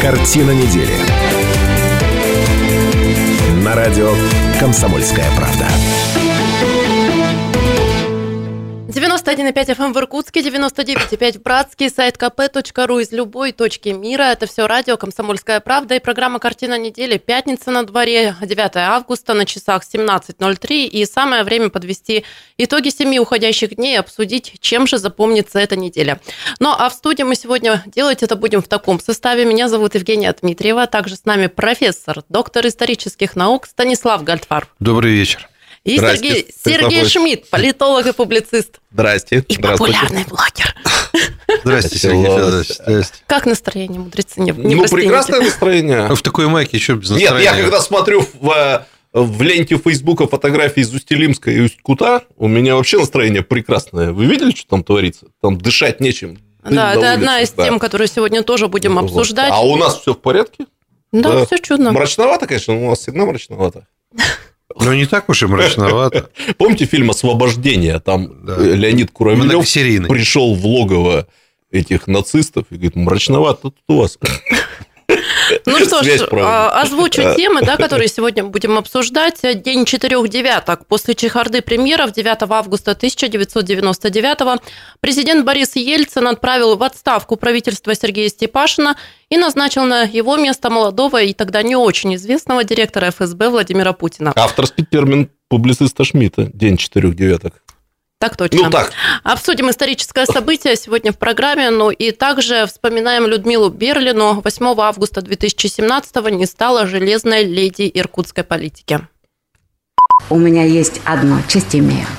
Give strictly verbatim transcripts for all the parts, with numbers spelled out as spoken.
Картина недели. На радио «Комсомольская правда». девяносто один и пять эф эм в Иркутске, девяносто девять и пять в Братске, сайт ка пэ точка ру из любой точки мира. Это все радио «Комсомольская правда» и программа «Картина недели». Пятница на дворе, девятое августа, на часах семнадцать ноль три. И самое время подвести итоги семи уходящих дней и обсудить, чем же запомнится эта неделя. Ну а в студии мы сегодня делать это будем в таком составе. Меня зовут Евгения Дмитриева. Также с нами профессор, доктор исторических наук Станислав Гальдфарб. Добрый вечер. И Сергей, Сергей Шмидт, политолог и публицист. Здрасте. И популярный блогер. Здрасте, Сергей. Здрасте. Как настроение, мудрецы? Не, не ну, прекрасное настроение. В такой майке еще без настроения. Нет, я когда смотрю в, в ленте Фейсбука фотографии из Усть-Илимска и Усть-Кута, у меня вообще настроение прекрасное. Вы видели, что там творится? Там дышать нечем. Да, это улице, одна из да. тем, которую сегодня тоже будем ну, обсуждать. А у нас все в порядке? Да, да, все чудно. Мрачновато, конечно, но у нас всегда мрачновато. Ну, не так уж и мрачновато. Помните фильм «Освобождение»? Там да. Леонид Куравлёв пришел в логово этих нацистов и говорит, мрачновато тут у вас. Ну что ж, озвучу темы, да, которые сегодня будем обсуждать. День четырех девяток. После чехарды премьеров девятого августа тысяча девятьсот девяносто девятого президент Борис Ельцин отправил в отставку правительство Сергея Степашина и назначил на его место молодого и тогда не очень известного директора эф эс бэ Владимира Путина. Авторский термин публициста Шмидта. День четырех девяток. Так точно. Ну, так. Обсудим историческое событие сегодня в программе, ну и также вспоминаем Людмилу Берлину. восьмого августа две тысячи семнадцатого не стала железной леди иркутской политики. У меня есть одно, честь имею.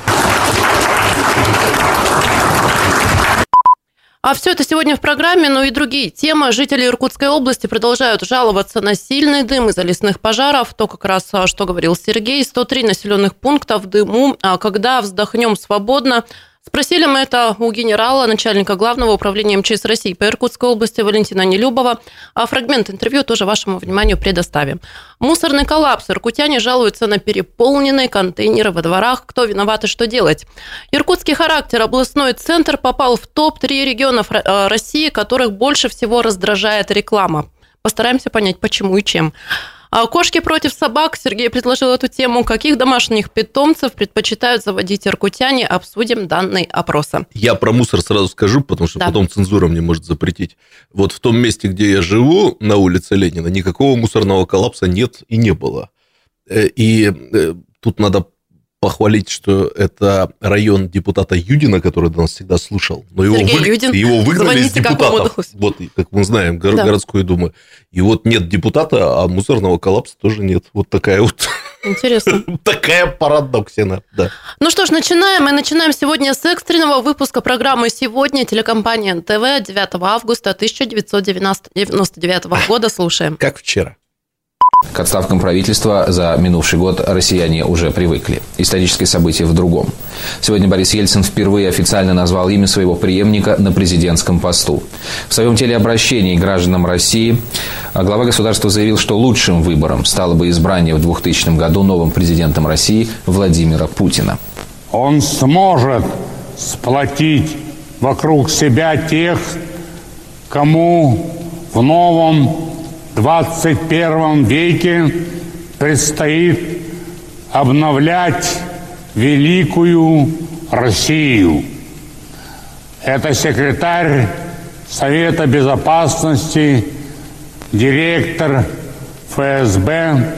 А все это сегодня в программе, ну и другие темы. Жители Иркутской области продолжают жаловаться на сильный дым из-за лесных пожаров. То как раз, что говорил Сергей, сто три населенных пункта в дыму. А когда вздохнем свободно? Спросили мы это у генерала, начальника Главного управления эм че эс России по Иркутской области Валентина Нелюбова. А фрагмент интервью тоже вашему вниманию предоставим. Мусорный коллапс. Иркутяне жалуются на переполненные контейнеры во дворах. Кто виноват и что делать? Иркутский характер. Областной центр попал в топ три регионов России, которых больше всего раздражает реклама. Постараемся понять, почему и чем. Кошки против собак. Сергей предложил эту тему. Каких домашних питомцев предпочитают заводить иркутяне? Обсудим данные опроса. Я про мусор сразу скажу, потому что да. потом цензура мне может запретить. Вот в том месте, где я живу, на улице Ленина, никакого мусорного коллапса нет и не было. И тут надо похвалить, что это район депутата Юдина, который нас всегда слушал. Но его, вы... его выгнали из депутатов. Вот, как мы знаем, горо... да. городской думы. И вот нет депутата, а мусорного коллапса тоже нет. Вот такая вот... Интересно. Такая парадоксина, да. Ну что ж, начинаем. Мы начинаем сегодня с экстренного выпуска программы «Сегодня». Телекомпания эн тэ вэ девятого августа тысяча девятьсот девяносто девятого года. Слушаем. Как вчера. К отставкам правительства за минувший год россияне уже привыкли. Историческое событие в другом. Сегодня Борис Ельцин впервые официально назвал имя своего преемника на президентском посту. В своем телеобращении гражданам России глава государства заявил, что лучшим выбором стало бы избрание в двухтысячном году новым президентом России Владимира Путина. Он сможет сплотить вокруг себя тех, кому в новом В двадцать первом веке предстоит обновлять великую Россию. Это секретарь Совета Безопасности, директор эф эс бэ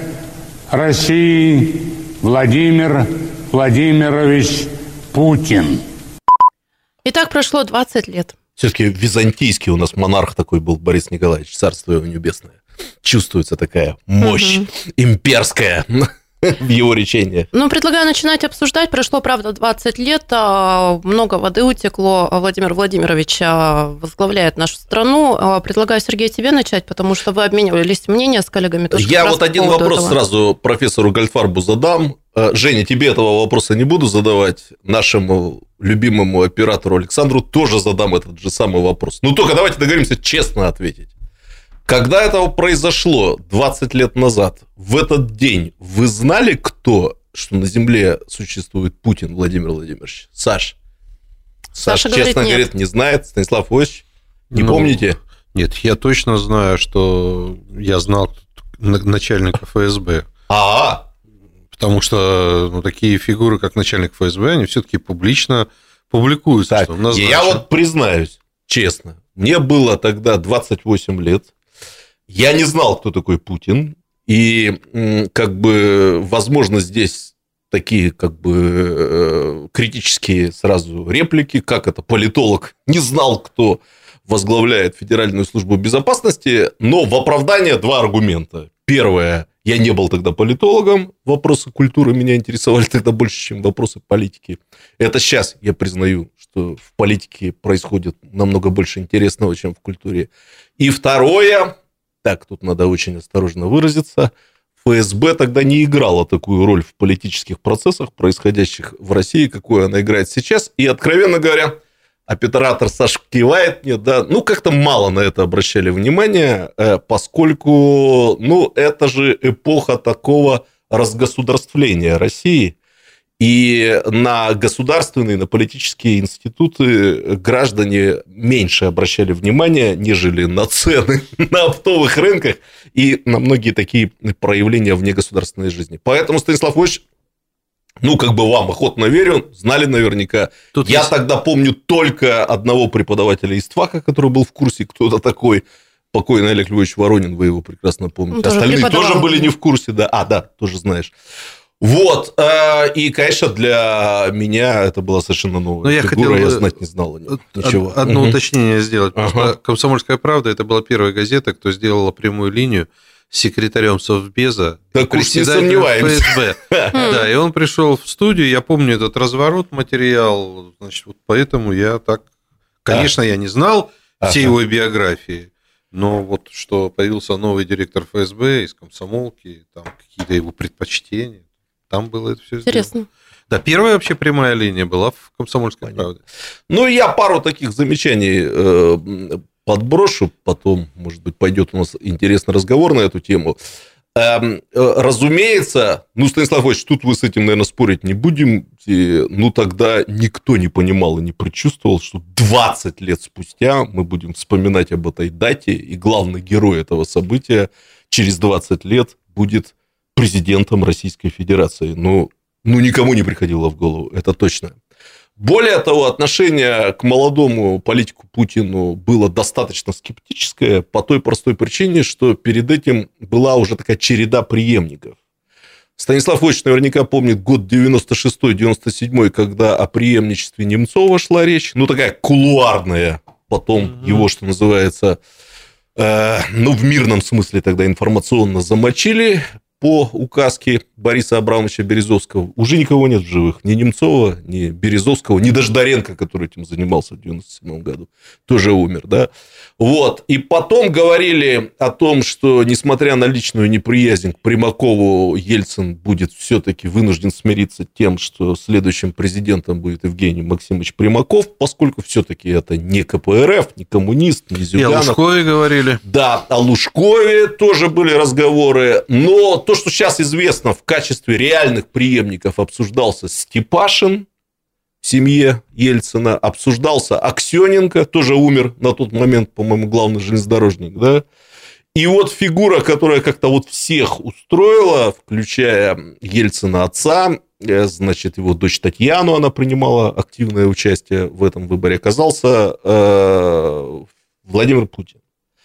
России Владимир Владимирович Путин. Итак, прошло двадцать лет. Все-таки византийский у нас монарх такой был, Борис Николаевич, царство его небесное. Чувствуется такая мощь угу. имперская в его речении. Ну, предлагаю начинать обсуждать. Прошло, правда, двадцать лет, много воды утекло. Владимир Владимирович возглавляет нашу страну. Предлагаю, Сергей, тебе начать, потому что вы обменивались мнением с коллегами. Тоже Я вот один вопрос этого. сразу профессору Гальдфарбу задам. Женя, тебе этого вопроса не буду задавать. Нашему любимому оператору Александру тоже задам этот же самый вопрос. Ну, только давайте договоримся честно ответить. Когда это произошло двадцать лет назад, в этот день вы знали, кто, что на Земле существует Путин Владимир Владимирович? Саш? Саша, Саша честно говорит, говорит, не знает. Станислав Иосифович, не ну, помните? Нет, я точно знаю, что я знал начальника эф эс бэ. А, Потому что ну, такие фигуры, как начальник эф эс бэ, они все-таки публично публикуются. так, что назначен. я вот признаюсь, честно, мне было тогда двадцать восемь лет, я не знал, кто такой Путин, и как бы, возможно, здесь такие как бы критические сразу реплики, как это политолог не знал, кто возглавляет Федеральную службу безопасности, но в оправдание два аргумента. Первое, я не был тогда политологом, вопросы культуры меня интересовали тогда больше, чем вопросы политики. Это сейчас я признаю, что в политике происходит намного больше интересного, чем в культуре. И второе, так, тут надо очень осторожно выразиться, эф эс бэ тогда не играла такую роль в политических процессах, происходящих в России, какую она играет сейчас. И, откровенно говоря, оператор Саша кивает мне, да, ну, как-то мало на это обращали внимание, поскольку, ну, это же эпоха такого разгосударствления России, и на государственные, на политические институты граждане меньше обращали внимание, нежели на цены на оптовых рынках и на многие такие проявления вне государственной жизни. Поэтому, Станислав Ильич, ну, как бы вам охотно верю, знали наверняка. Тут Я есть... тогда помню только одного преподавателя из ТФАКа, который был в курсе, кто это такой. Покойный Олег Львович Воронин, вы его прекрасно помните. Ну, Остальные тоже, тоже были не в курсе, да. А, да, тоже знаешь. Вот. И, конечно, для меня это была совершенно новая я фигура, хотел... я знать не знал ничего. Одно угу. уточнение сделать. Потому ага. что «Комсомольская правда» – это была первая газета, кто сделала прямую линию с секретарем Совбеза, так председателем эф эс бэ. Да, и он пришел в студию, я помню этот разворот, материал, значит, вот поэтому я так, конечно, я не знал всей его биографии, но вот что появился новый директор эф эс бэ из комсомолки, там какие-то его предпочтения, там было это все Интересно. Сделано. Да, первая вообще прямая линия была в «Комсомольской правде». Ну, я пару таких замечаний подброшу, потом, может быть, пойдет у нас интересный разговор на эту тему. Разумеется, ну, Станислав Ильич, тут вы с этим, наверное, спорить не будем, ну, тогда никто не понимал и не предчувствовал, что двадцать лет спустя мы будем вспоминать об этой дате, и главный герой этого события через двадцать лет будет президентом Российской Федерации. Ну, ну, никому не приходило в голову, это точно. Более того, отношение к молодому политику Путину было достаточно скептическое по той простой причине, что перед этим была уже такая череда преемников. Станислав Ильич наверняка помнит год девяносто шестой девяносто седьмой, когда о преемничестве Немцова шла речь, ну, такая кулуарная, потом mm-hmm. его, что называется, э, ну, в мирном смысле тогда информационно замочили по указке Бориса Абрамовича Березовского. Уже никого нет в живых. Ни Немцова, ни Березовского, ни Дождоренко, который этим занимался в девяносто седьмом году, тоже умер, да. Вот. И потом говорили о том, что, несмотря на личную неприязнь к Примакову, Ельцин будет все-таки вынужден смириться тем, что следующим президентом будет Евгений Максимович Примаков, поскольку все-таки это не ка пэ эр эф, не коммунист, не Зюганов. И о Лужкове говорили. Да, о Лужкове тоже были разговоры, но то, что сейчас известно, в качестве реальных преемников обсуждался Степашин в семье Ельцина, обсуждался Аксененко, тоже умер на тот момент, по-моему, главный железнодорожник, да. И вот фигура, которая как-то вот всех устроила, включая Ельцина отца, значит, его дочь Татьяну, она принимала активное участие в этом выборе, оказался э, Владимир Путин.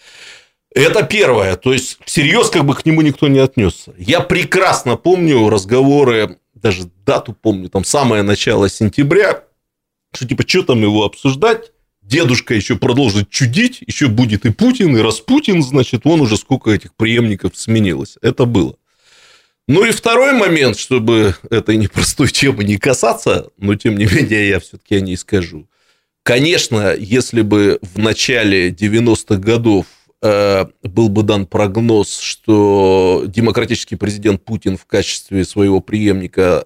Это первое, то есть всерьез как бы к нему никто не отнесся. Я прекрасно помню разговоры, даже дату помню, там самое начало сентября, что типа, что там его обсуждать, дедушка еще продолжит чудить, еще будет и Путин, и Распутин, значит, вон уже сколько этих преемников сменилось. Это было. Ну и второй момент, чтобы этой непростой темы не касаться, но тем не менее я все-таки о ней скажу. Конечно, если бы в начале девяностых годов был бы дан прогноз, что демократический президент Путин в качестве своего преемника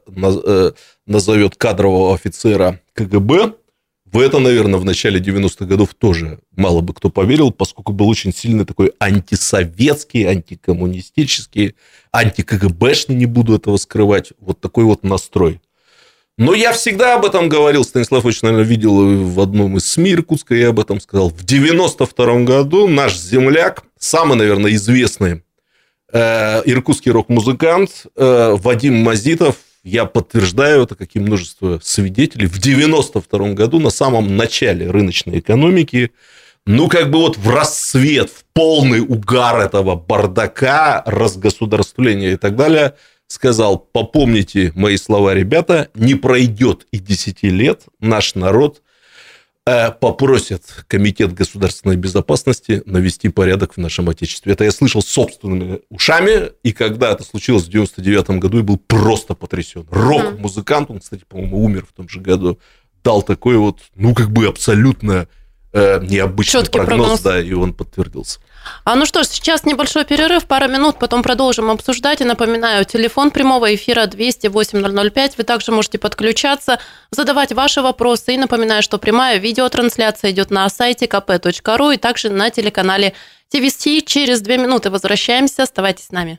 назовет кадрового офицера ка гэ бэ, в это, наверное, в начале девяностых годов тоже мало бы кто поверил, поскольку был очень сильный такой антисоветский, антикоммунистический, анти-ка гэ бэшный, не буду этого скрывать, вот такой вот настрой. Но я всегда об этом говорил. Станислав Ильич, наверное, видел в одном из СМИ Иркутска, я об этом сказал. В девяносто втором году наш земляк, самый, наверное, известный э, иркутский рок-музыкант э, Вадим Мазитов, я подтверждаю это, как и множество свидетелей, в девяносто втором году на самом начале рыночной экономики, ну, как бы вот в рассвет, в полный угар этого бардака, разгосударствления и так далее, сказал: попомните мои слова, ребята, не пройдет и десяти лет, наш народ э, попросит Комитет государственной безопасности навести порядок в нашем Отечестве. Это я слышал собственными ушами, и когда это случилось в девяносто девятом году, я был просто потрясен. Рок-музыкант, он, кстати, по-моему, умер в том же году, дал такой вот, ну, как бы абсолютно э, необычный Чёткий прогноз, прогноз, да, и он подтвердился. А ну что ж, сейчас небольшой перерыв, пара минут, потом продолжим обсуждать. И напоминаю, телефон прямого эфира двести восемь ноль ноль пять. Вы также можете подключаться, задавать ваши вопросы. И напоминаю, что прямая видеотрансляция идет на сайте ка пэ точка ру и также на телеканале ти ви си. Через две минуты возвращаемся. Оставайтесь с нами.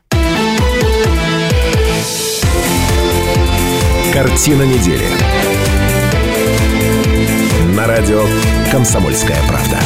Картина недели. На радио «Комсомольская правда».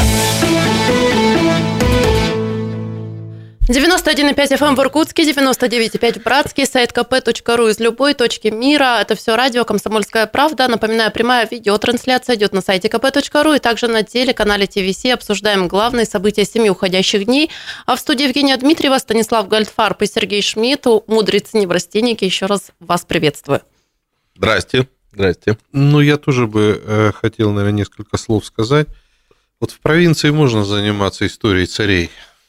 девяносто один и пять эф эм в Иркутске, девяносто девять и пять в Братске, сайт ка пэ точка ру из любой точки мира. Это все радио «Комсомольская правда». Напоминаю, прямая видеотрансляция идет на сайте ка пэ точка ру и также на телеканале ти ви си. Обсуждаем главные события семи уходящих дней. А в студии Евгения Дмитриева, Станислав Гольдфарб и Сергей Шмидт, мудрецы-неврастенники. Еще раз вас приветствую. Здрасте. Здрасте. Ну, я тоже бы э, хотел, наверное, несколько слов сказать. Вот в провинции можно заниматься историей царей.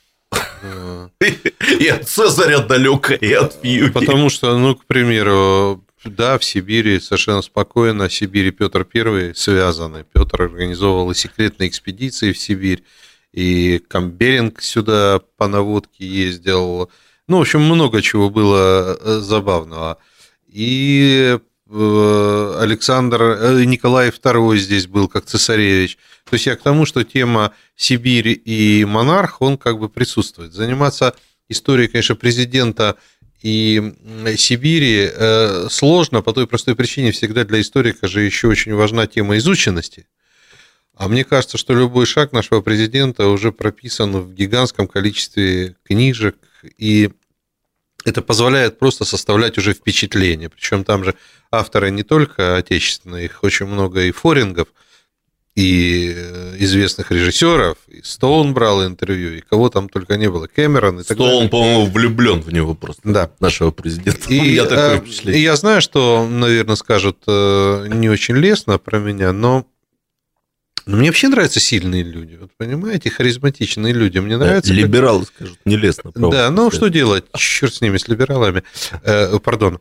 И от Цезаря далеко, и от Фьюги. Потому что, ну, к примеру, да, в Сибири совершенно спокойно, в Сибири Петр Первый связаны. Петр организовывал и секретные экспедиции в Сибирь, и Камберинг сюда по наводке ездил. Ну, в общем, много чего было забавного. И Александр, Николай Второй здесь был как цесаревич. То есть я к тому, что тема Сибирь и монарх, он как бы присутствует. Заниматься историей, конечно, президента и Сибири сложно по той простой причине, всегда для историка же еще очень важна тема изученности. А мне кажется, что любой шаг нашего президента уже прописан в гигантском количестве книжек, и это позволяет просто составлять уже впечатление. Причем там же авторы не только отечественные, их очень много и форингов, и известных режиссеров, и Стоун брал интервью, и кого там только не было, Кэмерон и так далее. Стоун, по-моему, влюблен в него просто, да, нашего президента. И я, такое впечатление. И я знаю, что, наверное, скажут не очень лестно про меня, но мне вообще нравятся сильные люди, вот понимаете, харизматичные люди. Мне нравится. Либералы как... скажут, нелестно. Правда, да, ну что делать? Черт с ними, с либералами. Э, пардон.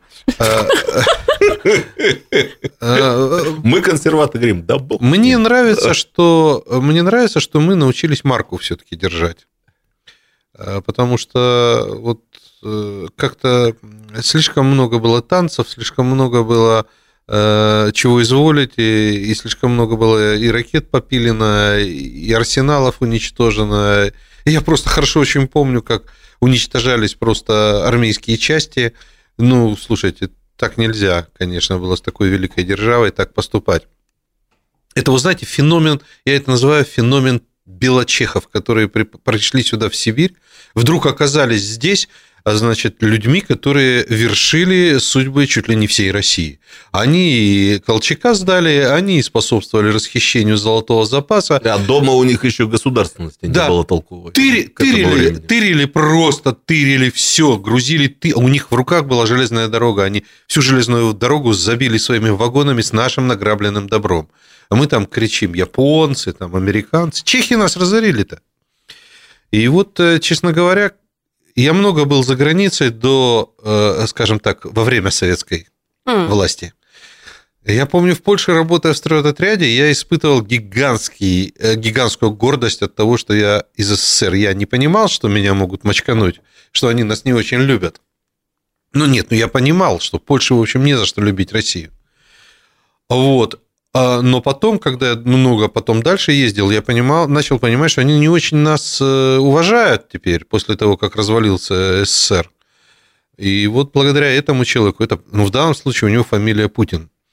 Мы консерваторы говорим, да бог. Мне нравится, что мне нравится, что мы научились марку все-таки держать, потому что вот как-то слишком много было танцев, слишком много было чего изволите, и слишком много было и ракет попилено, и арсеналов уничтожено. И я просто хорошо очень помню, как уничтожались просто армейские части. Ну, слушайте, так нельзя, конечно, было с такой великой державой так поступать. Это, вы знаете, феномен, я это называю феномен белочехов, которые пришли сюда в Сибирь, вдруг оказались здесь, значит, людьми, которые вершили судьбы чуть ли не всей России. Они и Колчака сдали, они способствовали расхищению золотого запаса. А дома у них еще государственности не да. было толковой. Тыри, тырили, тырили просто, тырили все, грузили. Ты... У них в руках была железная дорога, они всю железную дорогу забили своими вагонами с нашим награбленным добром. А мы там кричим: японцы, там, американцы. Чехи нас разорили-то. И вот, честно говоря, я много был за границей до, скажем так, во время советской mm. власти. Я помню, в Польше, работая в стройотряде, я испытывал гигантский, гигантскую гордость от того, что я из СССР. Я не понимал, что меня могут мочкануть, что они нас не очень любят. Ну нет, ну я понимал, что в Польше, в общем, не за что любить Россию. Вот. Но потом, когда я много потом дальше ездил, я понимал, начал понимать, что они не очень нас уважают теперь, после того, как развалился СССР. И вот благодаря этому человеку, это, ну, в данном случае у него фамилия Путин.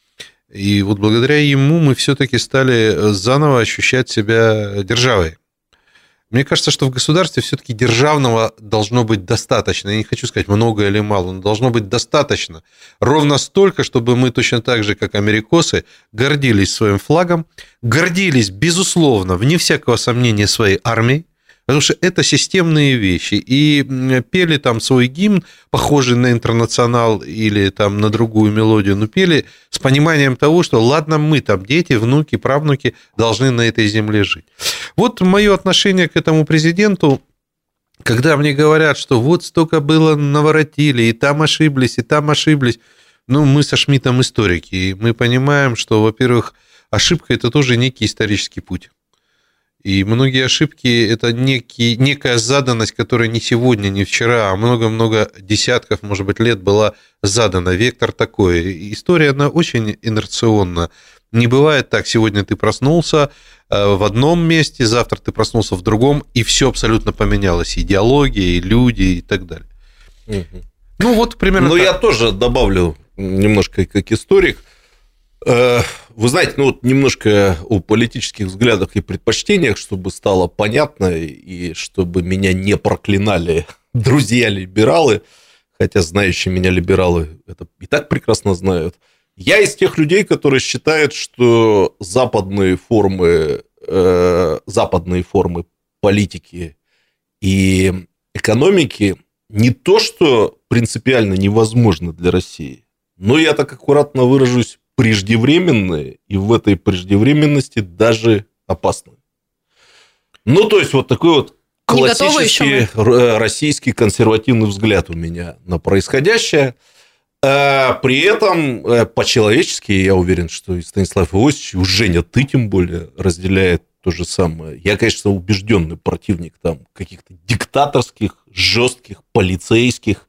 И вот благодаря ему мы все-таки стали заново ощущать себя державой. Мне кажется, что в государстве все-таки державного должно быть достаточно. Я не хочу сказать много или мало, но должно быть достаточно. Ровно столько, чтобы мы точно так же, как америкосы, гордились своим флагом, гордились, безусловно, вне всякого сомнения, своей армией, потому что это системные вещи. И пели там свой гимн, похожий на «Интернационал» или там на другую мелодию, но пели с пониманием того, что ладно, мы там, дети, внуки, правнуки, должны на этой земле жить. Вот мое отношение к этому президенту, когда мне говорят, что вот столько было наворотили, и там ошиблись, и там ошиблись. Ну, мы со Шмидтом историки, и мы понимаем, что, во-первых, ошибка – это тоже некий исторический путь. И многие ошибки – это некий, некая заданность, которая не сегодня, не вчера, а много-много десятков, может быть, лет была задана. Вектор такой. История, она очень инерционна. Не бывает так, сегодня ты проснулся в одном месте, завтра ты проснулся в другом, и все абсолютно поменялось. Идеология, и люди, и так далее. Угу. Ну, вот примерно Ну, так. я тоже добавлю немножко как историк. Вы знаете, ну вот немножко о политических взглядах и предпочтениях, чтобы стало понятно, и чтобы меня не проклинали друзья-либералы, хотя знающие меня либералы это и так прекрасно знают. Я из тех людей, которые считают, что западные формы, э, западные формы политики и экономики не то, что принципиально невозможно для России, но я так аккуратно выражусь, преждевременные, и в этой преждевременности даже опасны. Ну, то есть, вот такой вот классический российский консервативный взгляд у меня на происходящее. При этом, по-человечески, я уверен, что и Станислав Иосифович, и Женя, ты тем более разделяет то же самое. Я, конечно, убежденный противник там каких-то диктаторских, жестких, полицейских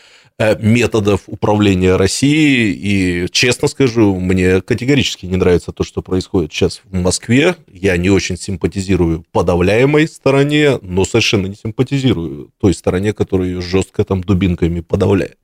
методов управления Россией. И, честно скажу, мне категорически не нравится то, что происходит сейчас в Москве. Я не очень симпатизирую подавляемой стороне, но совершенно не симпатизирую той стороне, которая ее жестко там дубинками подавляет.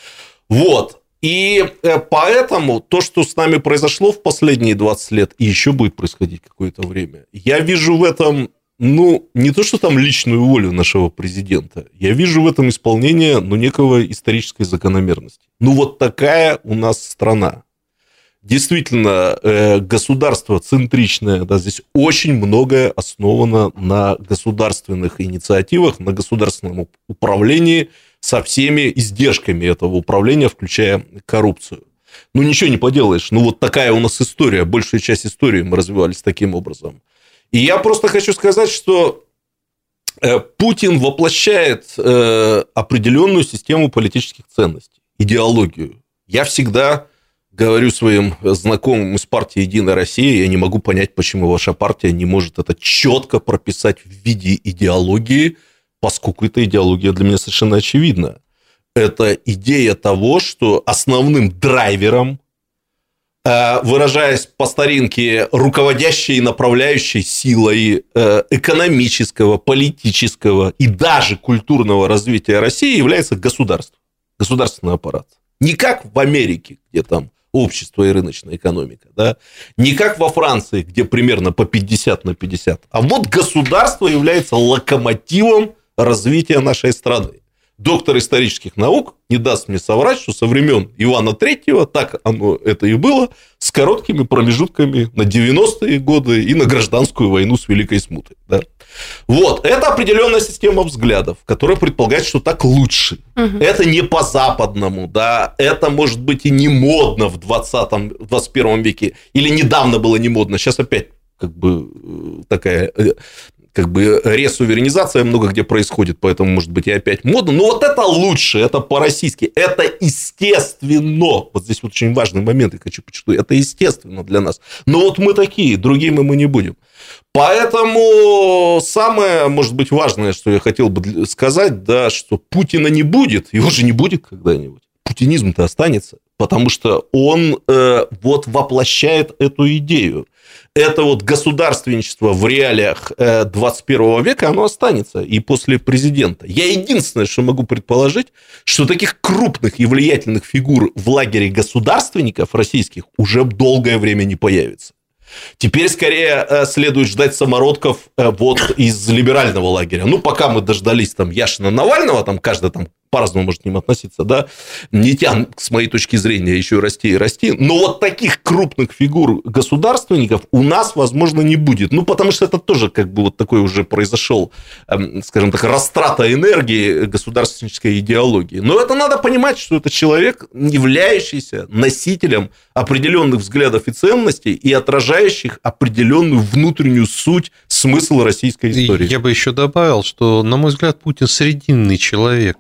Вот. И поэтому то, что с нами произошло в последние двадцать лет, и еще будет происходить какое-то время, я вижу в этом... Ну, не то, что там личную волю нашего президента. Я вижу в этом исполнение, ну, некого исторической закономерности. Ну, вот такая у нас страна. Действительно, государство центричное, да, здесь очень многое основано на государственных инициативах, на государственном управлении со всеми издержками этого управления, включая коррупцию. Ну, ничего не поделаешь. Ну, вот такая у нас история. Большая часть истории мы развивались таким образом. И я просто хочу сказать, что Путин воплощает определенную систему политических ценностей, идеологию. Я всегда говорю своим знакомым из партии «Единая Россия», я не могу понять, почему ваша партия не может это четко прописать в виде идеологии, поскольку эта идеология для меня совершенно очевидна. Это идея того, что основным драйвером, выражаясь по старинке, руководящей и направляющей силой экономического, политического и даже культурного развития России является государство, государственный аппарат. Не как в Америке, где там общество и рыночная экономика, да? Не как во Франции, где примерно по пятьдесят на пятьдесят, а вот государство является локомотивом развития нашей страны. Доктор исторических наук не даст мне соврать, что со времен Ивана Третьего так оно это и было, с короткими промежутками на девяностые годы и на гражданскую войну с Великой Смутой. Да? Вот, это определенная система взглядов, которая предполагает, что так лучше. Угу. Это не по-западному, да, это может быть и не модно в двадцатом, двадцать первом веке, или недавно было не модно, сейчас опять как бы такая... как бы ресуверенизация много где происходит, поэтому, может быть, и опять модно. Но вот это лучше, это по-российски, это естественно. Вот здесь вот очень важный момент, я хочу подчеркнуть, это естественно для нас. Но вот мы такие, другими мы не будем. Поэтому самое, может быть, важное, что я хотел бы сказать, да, что Путина не будет, его же не будет когда-нибудь. Путинизм-то останется, потому что он э, вот воплощает эту идею. это вот государственничество в реалиях двадцать первого века, оно останется и после президента. Я единственное, что могу предположить, что таких крупных и влиятельных фигур в лагере государственников российских уже долгое время не появится. Теперь, скорее, следует ждать самородков вот из либерального лагеря. Ну, пока мы дождались там Яшина, Навального, там каждый там по-разному может к ним относиться, да, не тян, с моей точки зрения, еще расти и расти. Но вот таких крупных фигур государственников у нас, возможно, не будет. Ну, потому что это тоже как бы вот такой уже произошел, скажем так, растрата энергии государственнической идеологии. Но это надо понимать, что это человек, являющийся носителем определенных взглядов и ценностей и отражающих определенную внутреннюю суть, смысл российской истории. Я бы еще добавил, что, на мой взгляд, Путин срединный человек.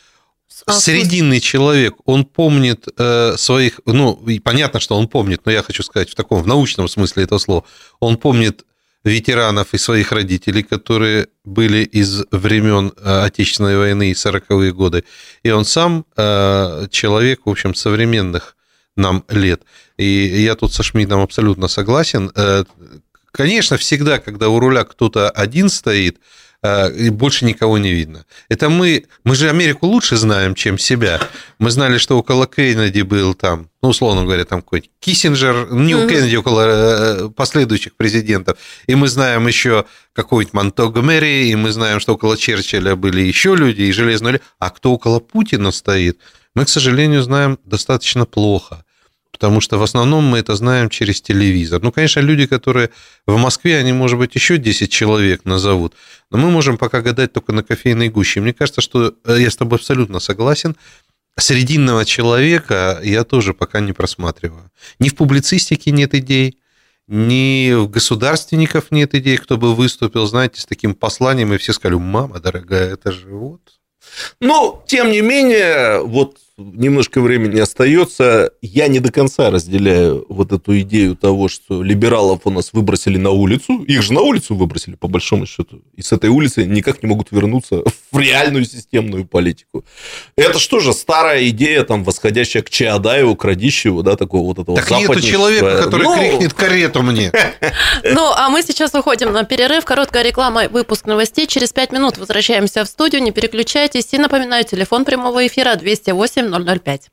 Срединный человек, он помнит э, своих, ну, и понятно, что он помнит, но я хочу сказать в таком, в научном смысле этого слова, он помнит ветеранов и своих родителей, которые были из времен Отечественной войны и сороковые годы, и он сам э, человек, в общем, современных нам лет. И я тут со Шмидтом абсолютно согласен. Э, конечно, всегда, когда у руля кто-то один стоит, и больше никого не видно. Это мы, мы же Америку лучше знаем, чем себя. Мы знали, что около Кеннеди был там, ну, условно говоря, там какой-то Киссинджер, не у Кеннеди, около последующих президентов. И мы знаем еще какой-нибудь Монтгомери, и мы знаем, что около Черчилля были еще люди, и железные люди. А кто около Путина стоит, мы, к сожалению, знаем достаточно плохо. Потому что в основном мы это знаем через телевизор. Ну, конечно, люди, которые в Москве, они, может быть, еще десять человек назовут, но мы можем пока гадать только на кофейной гуще. Мне кажется, что я с тобой абсолютно согласен. Срединного человека я тоже пока не просматриваю. Ни в публицистике нет идей, ни в государственников нет идей, кто бы выступил, знаете, с таким посланием, и все сказали: мама дорогая, это же вот... Но, тем не менее, вот немножко времени остается. Я не до конца разделяю вот эту идею того, что либералов у нас выбросили на улицу. Их же на улицу выбросили, по большому счету. И с этой улицы никак не могут вернуться в реальную системную политику. Это что же старая идея, там, восходящая к Чаадаеву, к Радищеву, да, такого вот этого западничества. Так нету человека, который ну... крикнет карету мне. Ну, а мы сейчас уходим на перерыв. Короткая реклама, выпуск новостей. Через пять минут возвращаемся в студию. Не переключайтесь. И напоминаю, телефон прямого эфира двести восемь ноль ноль пять.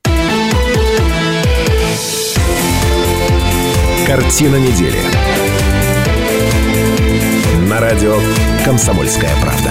Картина недели. На радио «Комсомольская правда».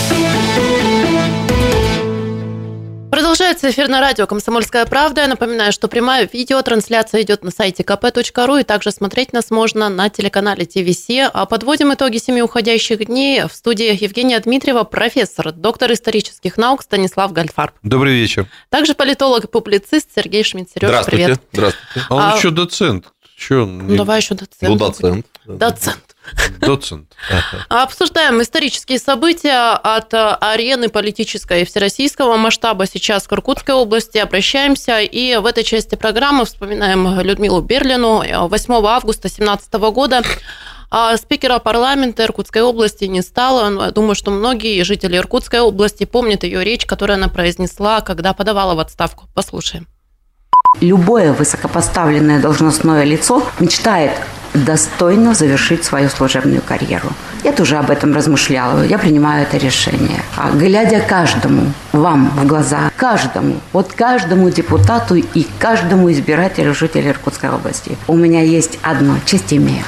Продолжается эфир на радио «Комсомольская правда». Я напоминаю, что прямая видеотрансляция идет на сайте ка пэ точка ру, и также смотреть нас можно на телеканале ти ви си. А подводим итоги семи уходящих дней. В студии Евгения Дмитриева, профессор, доктор исторических наук Станислав Гольфарб. Добрый вечер. Также политолог и публицист Сергей Шмидт. Сереж, здравствуйте. Привет. Здравствуйте. А он а... еще доцент. Че? Ну, давай еще доцент. Ну, доцент. Доцент. Доцент. Обсуждаем исторические события от арены политической и всероссийского масштаба. Сейчас к Иркутской области обращаемся. И в этой части программы вспоминаем Людмилу Берлину. восьмого августа две тысячи семнадцатого года спикера парламента Иркутской области не стало. Я думаю, что многие жители Иркутской области помнят ее речь, которую она произнесла, когда подавала в отставку. Послушаем. Любое высокопоставленное должностное лицо мечтает достойно завершить свою служебную карьеру. Я тоже об этом размышляла, я принимаю это решение. А глядя каждому, вам в глаза, каждому, вот каждому депутату и каждому избирателю жителей Иркутской области, у меня есть одно: честь имею.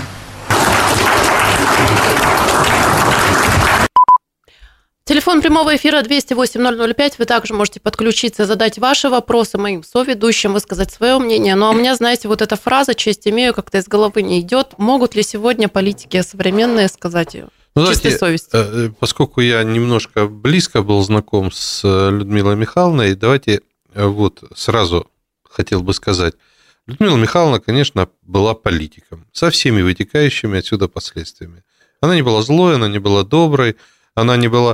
Телефон прямого эфира двести восемь ноль ноль пять. Вы также можете подключиться, задать ваши вопросы моим соведущим, высказать свое мнение. Ну, а у меня, знаете, вот эта фраза «честь имею» как-то из головы не идет. Могут ли сегодня политики современные сказать ее? Ну, чистой знаете, совести. Поскольку я немножко близко был знаком с Людмилой Михайловной, давайте вот сразу хотел бы сказать. Людмила Михайловна, конечно, была политиком со всеми вытекающими отсюда последствиями. Она не была злой, она не была доброй, она не была...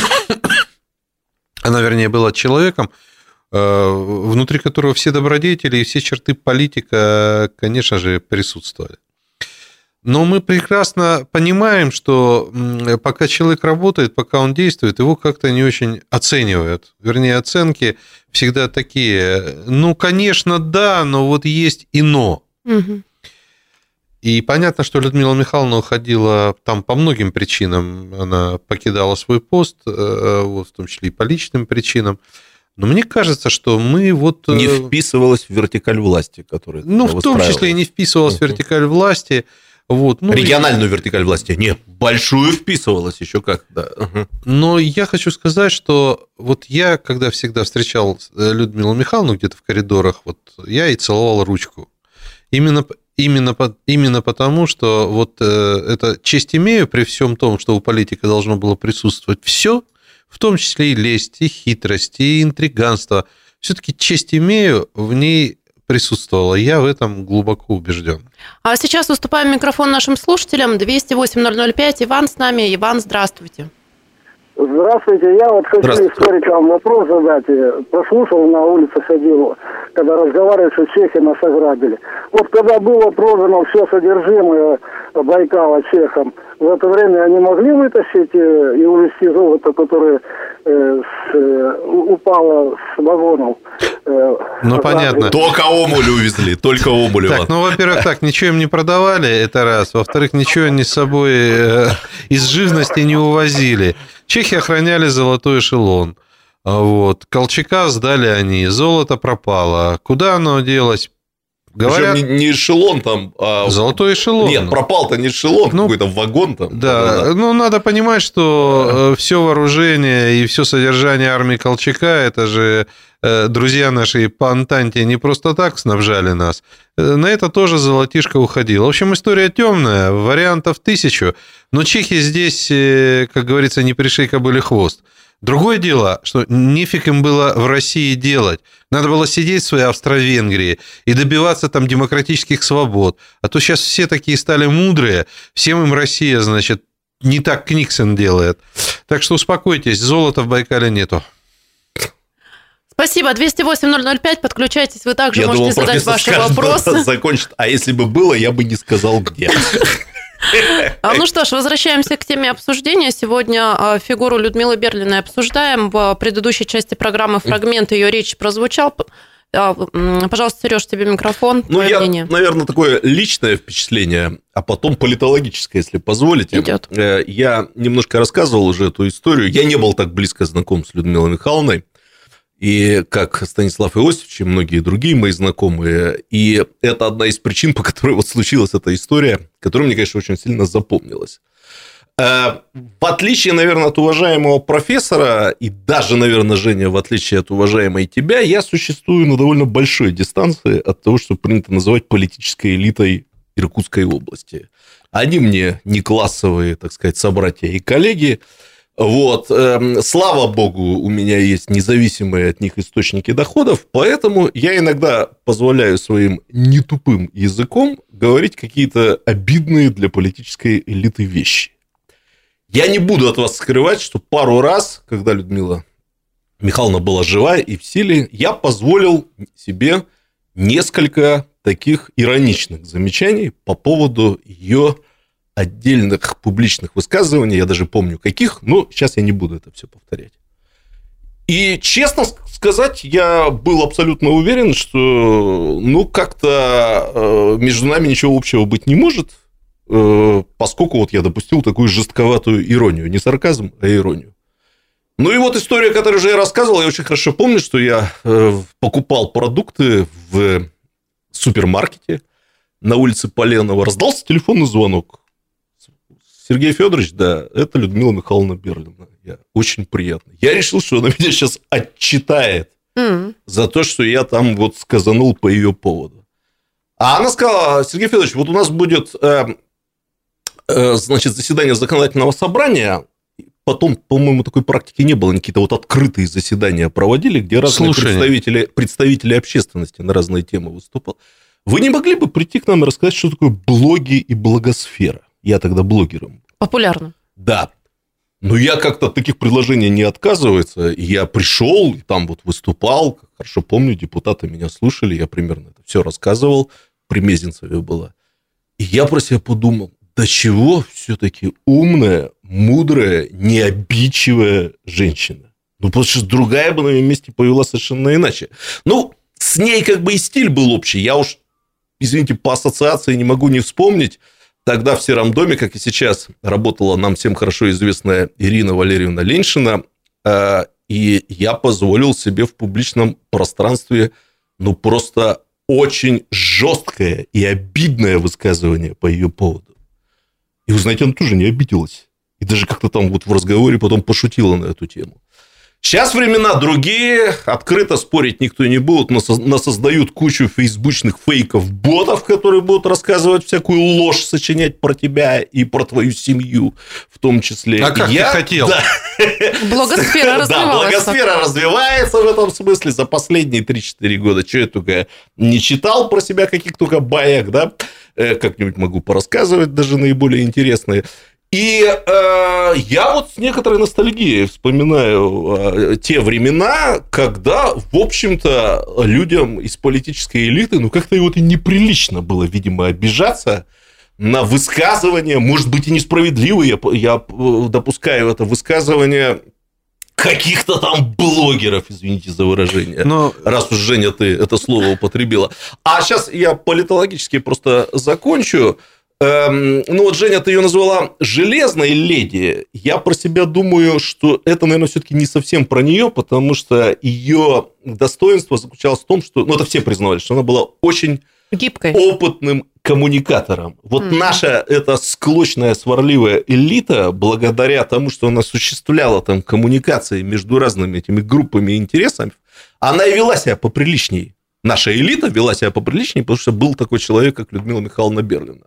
Она, вернее, была человеком, внутри которого все добродетели и все черты политика, конечно же, присутствовали. Но мы прекрасно понимаем, что пока человек работает, пока он действует, его как-то не очень оценивают. Вернее, оценки всегда такие: ну, конечно, да, но вот есть и но. Угу. И понятно, что Людмила Михайловна уходила там по многим причинам. Она покидала свой пост, в том числе и по личным причинам. Но мне кажется, что мы вот... Не вписывалась в вертикаль власти, которая... Ну, в том числе и не вписывалась в вертикаль власти. Вот. Ну, региональную и... вертикаль власти. Нет, большую вписывалась еще как. Да. Угу. Но я хочу сказать, что вот я, когда всегда встречал Людмилу Михайловну где-то в коридорах, вот я ей целовал ручку. Именно... Именно, именно потому, что вот э, это честь имею при всем том, что у политика должно было присутствовать все, в том числе и лесть, и хитрость, и интриганство. Все-таки честь имею в ней присутствовала. Я в этом глубоко убежден. А сейчас уступаем микрофон нашим слушателям. двести восемь ноль ноль пять. Иван с нами. Иван, здравствуйте. Здравствуйте. Я вот хочу историкам вопрос задать. Прослушал, на улице ходил, когда разговаривали, что Чехи нас ограбили. Вот когда было продано все содержимое Байкала чехам, в это время они могли вытащить и увезти золото, которое э, с, э, упало с вагонов? Э, ну, понятно. Только омуль увезли, только омуль. Так, ну, во-первых, так, ничего им не продавали, это раз. Во-вторых, ничего они с собой э, из живности не увозили. Чехи охраняли золотой эшелон. Вот. Колчака сдали они, золото пропало. Куда оно делось? Говорят... Причем не эшелон там, а... Золотой эшелон. Нет, пропал-то не эшелон, ну, какой-то вагон там. Да, да, ну, надо понимать, что все вооружение и все содержание армии Колчака, это же друзья наши по Антанте не просто так снабжали нас. На это тоже золотишко уходило. В общем, история темная, вариантов тысячу, но чехи здесь, как говорится, не пришей кобыле хвост. Другое дело, что нефиг им было в России делать. Надо было сидеть в своей Австро-Венгрии и добиваться там демократических свобод. А то сейчас все такие стали мудрые, всем им Россия, значит, не так Книксон делает. Так что успокойтесь, золота в Байкале нету. Спасибо. двести восемь ноль ноль пять, подключайтесь, вы также я можете думал, задать ваши вопросы. Закончит. А если бы было, я бы не сказал, где. Ну что ж, возвращаемся к теме обсуждения. Сегодня фигуру Людмилы Берлиной обсуждаем. В предыдущей части программы фрагмент ее речи прозвучал. Пожалуйста, Сереж, тебе микрофон. Ну, я, мнение. наверное, такое личное впечатление, а потом политологическое, если позволите. Идет. Я немножко рассказывал уже эту историю. Я не был так близко знаком с Людмилой Михайловной. И как Станислав Иосифович и многие другие мои знакомые. И это одна из причин, по которой вот случилась эта история, которая мне, конечно, очень сильно запомнилась. В отличие, наверное, от уважаемого профессора, и даже, наверное, Женя, в отличие от уважаемой тебя, я существую на довольно большой дистанции от того, что принято называть политической элитой Иркутской области. Они мне не классовые, так сказать, собратья и коллеги. Вот. Слава богу, у меня есть независимые от них источники доходов, поэтому я иногда позволяю своим нетупым языком говорить какие-то обидные для политической элиты вещи. Я не буду от вас скрывать, что пару раз, когда Людмила Михайловна была жива и в силе, я позволил себе несколько таких ироничных замечаний по поводу ее отдельных публичных высказываний, я даже помню каких, но сейчас я не буду это все повторять. И, честно сказать, я был абсолютно уверен, что, ну, как-то между нами ничего общего быть не может, поскольку вот я допустил такую жестковатую иронию, не сарказм, а иронию. Ну, и вот история, которую уже я рассказывал, я очень хорошо помню, что я покупал продукты в супермаркете на улице Поленова, раздался телефонный звонок. Сергей Федорович, да, это Людмила Михайловна Берлина. Я, очень приятно. Я решил, что она меня сейчас отчитает mm. за то, что я там вот сказанул по ее поводу. А она сказала: Сергей Федорович, вот у нас будет, э, э, значит, заседание законодательного собрания. Потом, по-моему, такой практики не было. Они какие-то вот открытые заседания проводили, где разные представители, представители общественности на разные темы выступали. Вы не могли бы прийти к нам и рассказать, что такое блоги и блогосфера? Я тогда блогером. Популярно. Да. Но я как-то от таких предложений не отказывается. И я пришел, и там вот выступал. Хорошо помню, депутаты меня слушали. Я примерно это все рассказывал. При Мезенцеве было. И я про себя подумал, до чего все-таки умная, мудрая, необидчивая женщина. Ну, потому что другая бы на ее месте повела совершенно иначе. Ну, с ней как бы и стиль был общий. Я уж извините, по ассоциации не могу не вспомнить. Тогда в «Сером доме», как и сейчас, работала нам всем хорошо известная Ирина Валерьевна Леньшина, и я позволил себе в публичном пространстве, ну, просто очень жесткое и обидное высказывание по ее поводу. И, вы знаете, она тоже не обиделась. И даже как-то там вот в разговоре потом пошутила на эту тему. Сейчас времена другие, открыто спорить никто не будет, насоздают кучу фейсбучных фейков-ботов, которые будут рассказывать всякую ложь, сочинять про тебя и про твою семью в том числе. А как я... ты хотел? Да. Блогосфера развивается. Да, блогосфера развивается в этом смысле за последние три-четыре года. Что я только не читал про себя каких только баек, да? Как-нибудь могу порассказывать, даже наиболее интересные. И э, я вот с некоторой ностальгией вспоминаю э, те времена, когда, в общем-то, людям из политической элиты, ну, как-то вот и неприлично было, видимо, обижаться на высказывания, может быть, и несправедливые, я, я допускаю это высказывание каких-то там блогеров, извините за выражение, но... раз уж, Женя, ты это слово употребила. А сейчас я политологически просто закончу. Ну, вот, Женя, ты ее назвала «железной леди». Я про себя думаю, что это, наверное, все-таки не совсем про нее, потому что ее достоинство заключалось в том, что, ну, это все признавали, что она была очень гибкой, опытным коммуникатором. Вот mm-hmm. наша эта склочная, сварливая элита, благодаря тому, что она осуществляла там коммуникации между разными этими группами и интересами, она и вела себя поприличней. Наша элита вела себя поприличней, потому что был такой человек, как Людмила Михайловна Берлина.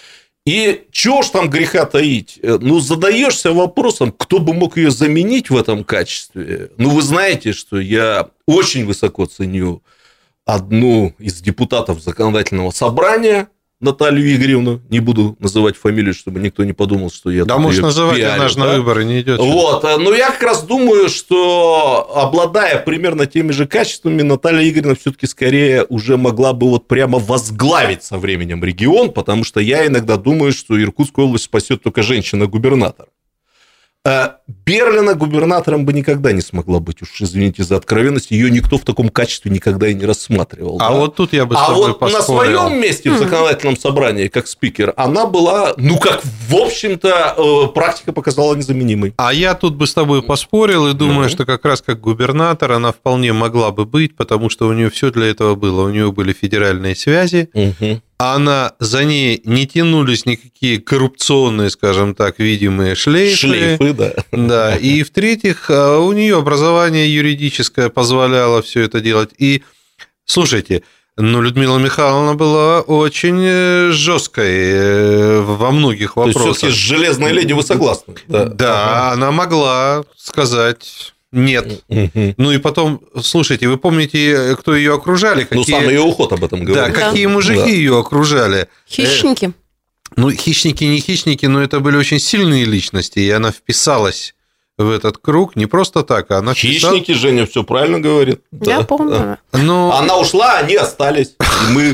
И чего ж там греха таить? Ну, задаешься вопросом, кто бы мог ее заменить в этом качестве. Ну, вы знаете, что я очень высоко ценю одну из депутатов законодательного собрания, Наталью Игоревну, не буду называть фамилию, чтобы никто не подумал, что я... Да, можешь называть, пиарю, она же да? на выборы не идет. Вот, но я как раз думаю, что, обладая примерно теми же качествами, Наталья Игоревна все-таки скорее уже могла бы вот прямо возглавить со временем регион, потому что я иногда думаю, что Иркутскую область спасет только женщина-губернатор. Берлина губернатором бы никогда не смогла быть, уж извините за откровенность, ее никто в таком качестве никогда и не рассматривал. А да? вот тут я бы с а тобой вот поспорил. На своем месте в законодательном собрании, как спикер, она была, ну, как, в общем-то, практика показала незаменимой. А я тут бы с тобой поспорил и думаю, mm-hmm. что как раз как губернатор она вполне могла бы быть, потому что у нее все для этого было. У нее были федеральные связи, mm-hmm. она, за ней не тянулись никакие коррупционные, скажем так, видимые шлейфы. Шлейфы, да. Да, и в-третьих, у нее образование юридическое позволяло все это делать. И, слушайте, ну, Людмила Михайловна была очень жесткой во многих вопросах. То есть, все-таки с железной леди вы согласны? Да, да ага. Она могла сказать... Нет. Угу. Ну и потом, слушайте, вы помните, кто ее окружали? Какие... Ну, сам ее уход об этом говорил. Да, какие да. мужики да. ее окружали. Хищники. Ну, хищники, не хищники, но это были очень сильные личности, и она вписалась в этот круг не просто так, а она вписалась... Хищники, Женя все правильно говорит. Я да. помню. Но... Она ушла, они остались. И мы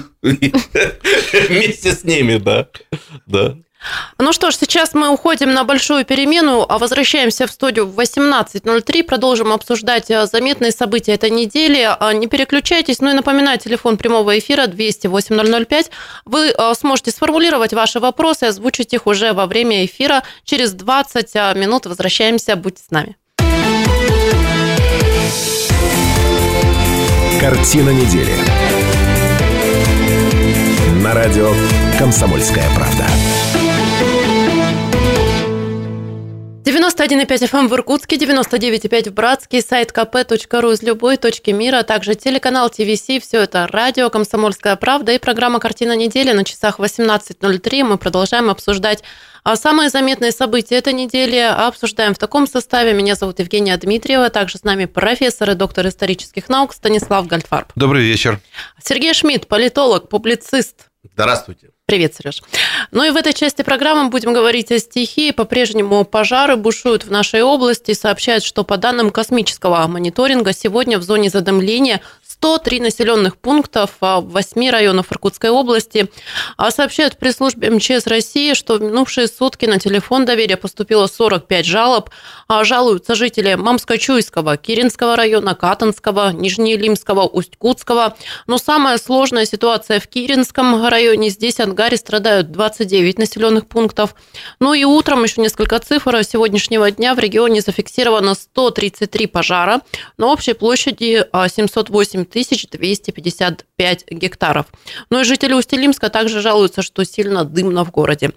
вместе с ними, да. Да. Ну что ж, сейчас мы уходим на большую перемену, а возвращаемся в студию в восемнадцать ноль три, продолжим обсуждать заметные события этой недели. Не переключайтесь, ну и напоминаю, телефон прямого эфира двести восемь ноль ноль пять. Вы сможете сформулировать ваши вопросы и озвучить их уже во время эфира. Через двадцать минут возвращаемся, будьте с нами. Картина недели. На радио «Комсомольская правда». девяносто один и пять эф эм в Иркутске, девяносто девять и пять в Братске, сайт ка пэ точка ру из любой точки мира, а также телеканал ти ви си, все это радио «Комсомольская правда» и программа «Картина недели» на часах восемнадцать ноль три. Мы продолжаем обсуждать самые заметные события этой недели. Обсуждаем в таком составе. Меня зовут Евгения Дмитриева, также с нами профессор и доктор исторических наук Станислав Гольдфарб. Добрый вечер. Сергей Шмидт, политолог, публицист. Здравствуйте. Привет, Сереж. Ну и в этой части программы будем говорить о стихии. По-прежнему пожары бушуют в нашей области. Сообщают, что по данным космического мониторинга сегодня в зоне задымления сто три населенных пунктов в восьми районах Иркутской области. Сообщают в пресс-службе МЧС России, что в минувшие сутки на телефон доверия поступило сорок пять жалоб. Жалуются жители Мамско-Чуйского, Киринского района, Катанского, Нижнеилимского, Усть-Кутского. Но самая сложная ситуация в Киринском районе. Здесь от гари страдают двадцать девять населенных пунктов. Ну и утром еще несколько цифр. Сегодняшнего дня в регионе зафиксировано сто тридцать три пожара на общей площади семьсот восемь тысяч двести пятьдесят пять гектаров. Ну и жители Усть-Илимска также жалуются, что сильно дымно в городе.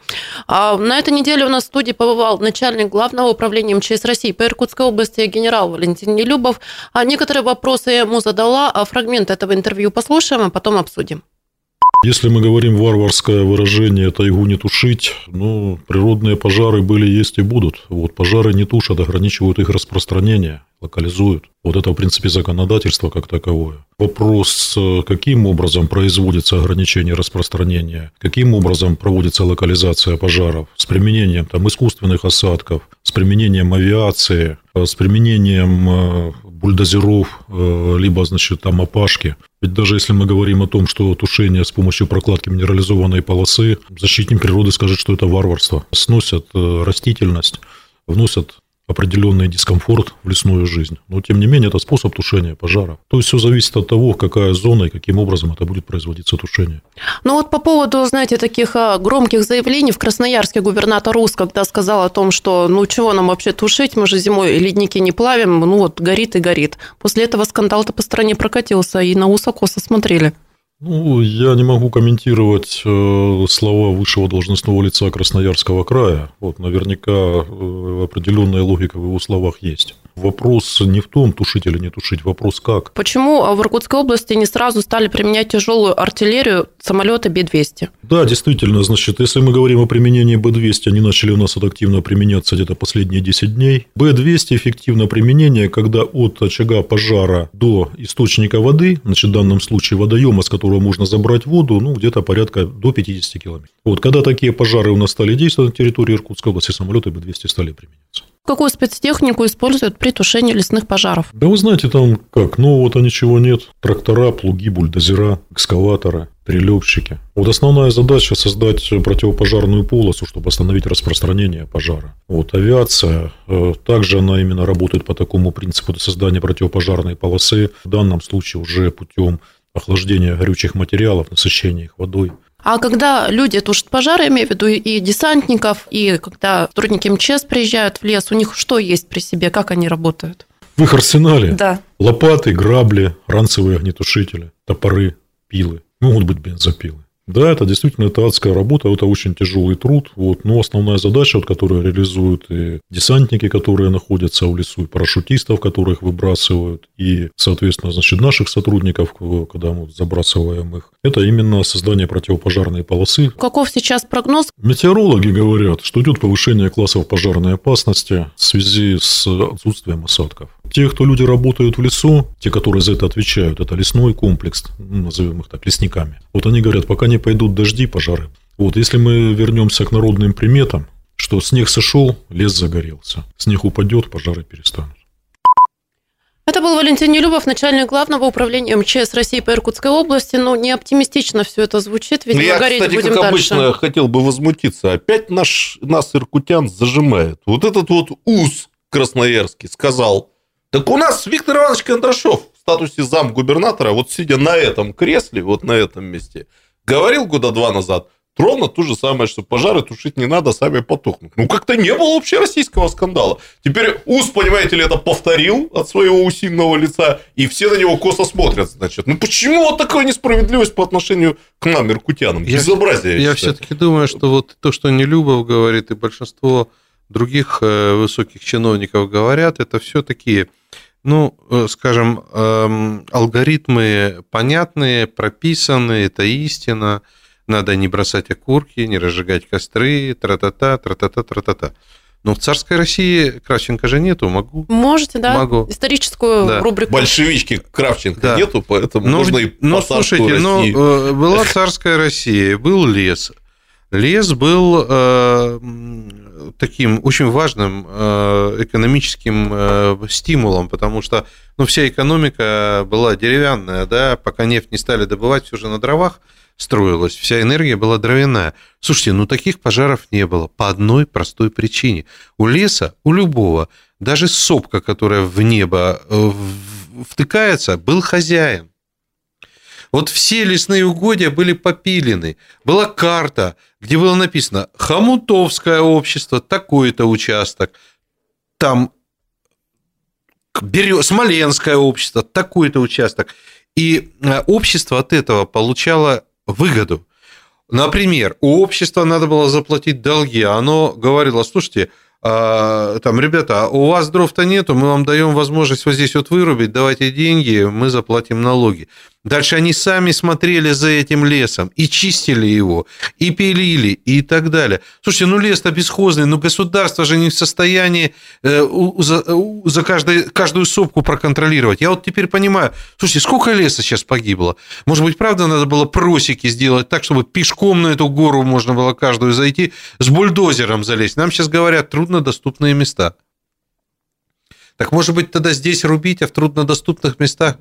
На этой неделе у нас в студии побывал начальник Главного управления МЧС России по Иркутской области генерал Валентин Нелюбов. Некоторые вопросы я ему задала, а фрагмент этого интервью послушаем, а потом обсудим. Если мы говорим варварское выражение «тайгу не тушить», ну, природные пожары были, есть и будут. Вот, пожары не тушат, ограничивают их распространение, локализуют. Вот это, в принципе, законодательство как таковое. Вопрос, каким образом производится ограничение распространения, каким образом проводится локализация пожаров, с применением там, искусственных осадков, с применением авиации, с применением бульдозеров, либо, значит, там опашки. Ведь даже если мы говорим о том, что тушение с помощью прокладки минерализованной полосы, защитник природы скажет, что это варварство. Сносят растительность, вносят определенный дискомфорт в лесную жизнь. Но, тем не менее, это способ тушения пожара. То есть, все зависит от того, какая зона и каким образом это будет производиться тушение. Ну вот по поводу, знаете, таких громких заявлений в Красноярске губернатор УС, когда сказал о том, что ну чего нам вообще тушить, мы же зимой ледники не плавим, ну вот горит и горит. После этого скандал-то по стране прокатился, и на УСа косо смотрели. Ну, я не могу комментировать слова высшего должностного лица Красноярского края. Вот, наверняка определенная логика в его словах есть. Вопрос не в том, тушить или не тушить, вопрос как. Почему в Иркутской области не сразу стали применять тяжелую артиллерию, самолеты Би двести? Да, действительно, значит, если мы говорим о применении Бэ двести, они начали у нас активно применяться где-то последние десять дней. Бэ двести эффективно применение, когда от очага пожара до источника воды, значит, в данном случае водоема, с которого можно забрать воду, ну, где-то порядка до пятидесяти километров. Вот, когда такие пожары у нас стали действовать на территории Иркутской области, самолеты Бэ двести стали применяться. Какую спецтехнику используют при тушении лесных пожаров? Да вы знаете, там как, нового-то ничего нет. Трактора, плуги, бульдозера, экскаваторы, трелевщики. Вот основная задача – создать противопожарную полосу, чтобы остановить распространение пожара. Вот авиация, также она именно работает по такому принципу создания противопожарной полосы, в данном случае уже путем охлаждения горючих материалов, насыщения их водой. А когда люди тушат пожары, я имею в виду и десантников, и когда сотрудники МЧС приезжают в лес, у них что есть при себе, как они работают? В их арсенале да. лопаты, грабли, ранцевые огнетушители, топоры, пилы, могут быть бензопилы. Да, это действительно это адская работа, это очень тяжелый труд. Вот. Но основная задача, вот, которую реализуют и десантники, которые находятся в лесу, и парашютистов, которых выбрасывают, и, соответственно, значит, наших сотрудников, когда мы забрасываем их, это именно создание противопожарной полосы. Каков сейчас прогноз? Метеорологи говорят, что идет повышение классов пожарной опасности в связи с отсутствием осадков. Те, кто люди работают в лесу, те, которые за это отвечают, это лесной комплекс, ну, назовем их так, лесниками. Вот они говорят, пока не пойдут дожди, пожары. Вот если мы вернемся к народным приметам, что снег сошел, лес загорелся. Снег упадет, пожары перестанут. Это был Валентин Нелюбов, начальник Главного управления МЧС России по Иркутской области. Ну, не оптимистично все это звучит, ведь я, мы гореть кстати, будем как дальше. обычно, хотел бы возмутиться. Опять наш, нас, иркутян, зажимает. Вот этот вот УС красноярский сказал, так у нас Виктор Иванович Кондрашов в статусе замгубернатора, вот сидя на этом кресле, вот на этом месте, говорил года два назад ровно то же самое, что пожары тушить не надо, сами потухнут. Ну, как-то не было вообще российского скандала. Теперь УС, понимаете ли, это повторил от своего усиленного лица, и все на него косо смотрят, значит. Ну, почему вот такая несправедливость по отношению к нам, иркутянам? Безобразие, я, я все-таки думаю, что вот то, что Нелюбов говорит, и большинство других высоких чиновников говорят, это все такие, ну, скажем, алгоритмы понятные, прописанные, это истина. Надо не бросать окурки, не разжигать костры, тра-та-та, тра-та-та, тра-та-та. Но в царской России Кравченко же нету, могу? Можете, да? Могу. Историческую да. рубрику. Большевички Кравченко да. нету, поэтому но, можно и по но, царскую слушайте, Россию. Но была царская Россия, был лес. Лес был, таким очень важным экономическим стимулом, потому что ну, вся экономика была деревянная, да, пока нефть не стали добывать, все же на дровах строилась, вся энергия была дровяная. Слушайте, ну таких пожаров не было по одной простой причине. У леса, у любого, даже сопка, которая в небо втыкается, был хозяин. Вот все лесные угодья были попилены. Была карта, где было написано «Хомутовское общество», такой-то участок, там Смоленское общество, такой-то участок. И общество от этого получало выгоду. Например, у общества надо было заплатить долги. Оно говорило, слушайте, там, ребята, у вас дров-то нету, мы вам даем возможность вот здесь вот вырубить, давайте деньги, мы заплатим налоги. Дальше они сами смотрели за этим лесом и чистили его, и пилили, и так далее. Слушайте, ну лес-то бесхозный, ну государство же не в состоянии за, за каждый, каждую сопку проконтролировать. Я вот теперь понимаю, слушайте, сколько леса сейчас погибло? Может быть, правда, надо было просеки сделать так, чтобы пешком на эту гору можно было каждую зайти, с бульдозером залезть. Нам сейчас говорят, труднодоступные места. Так может быть, тогда здесь рубить, а в труднодоступных местах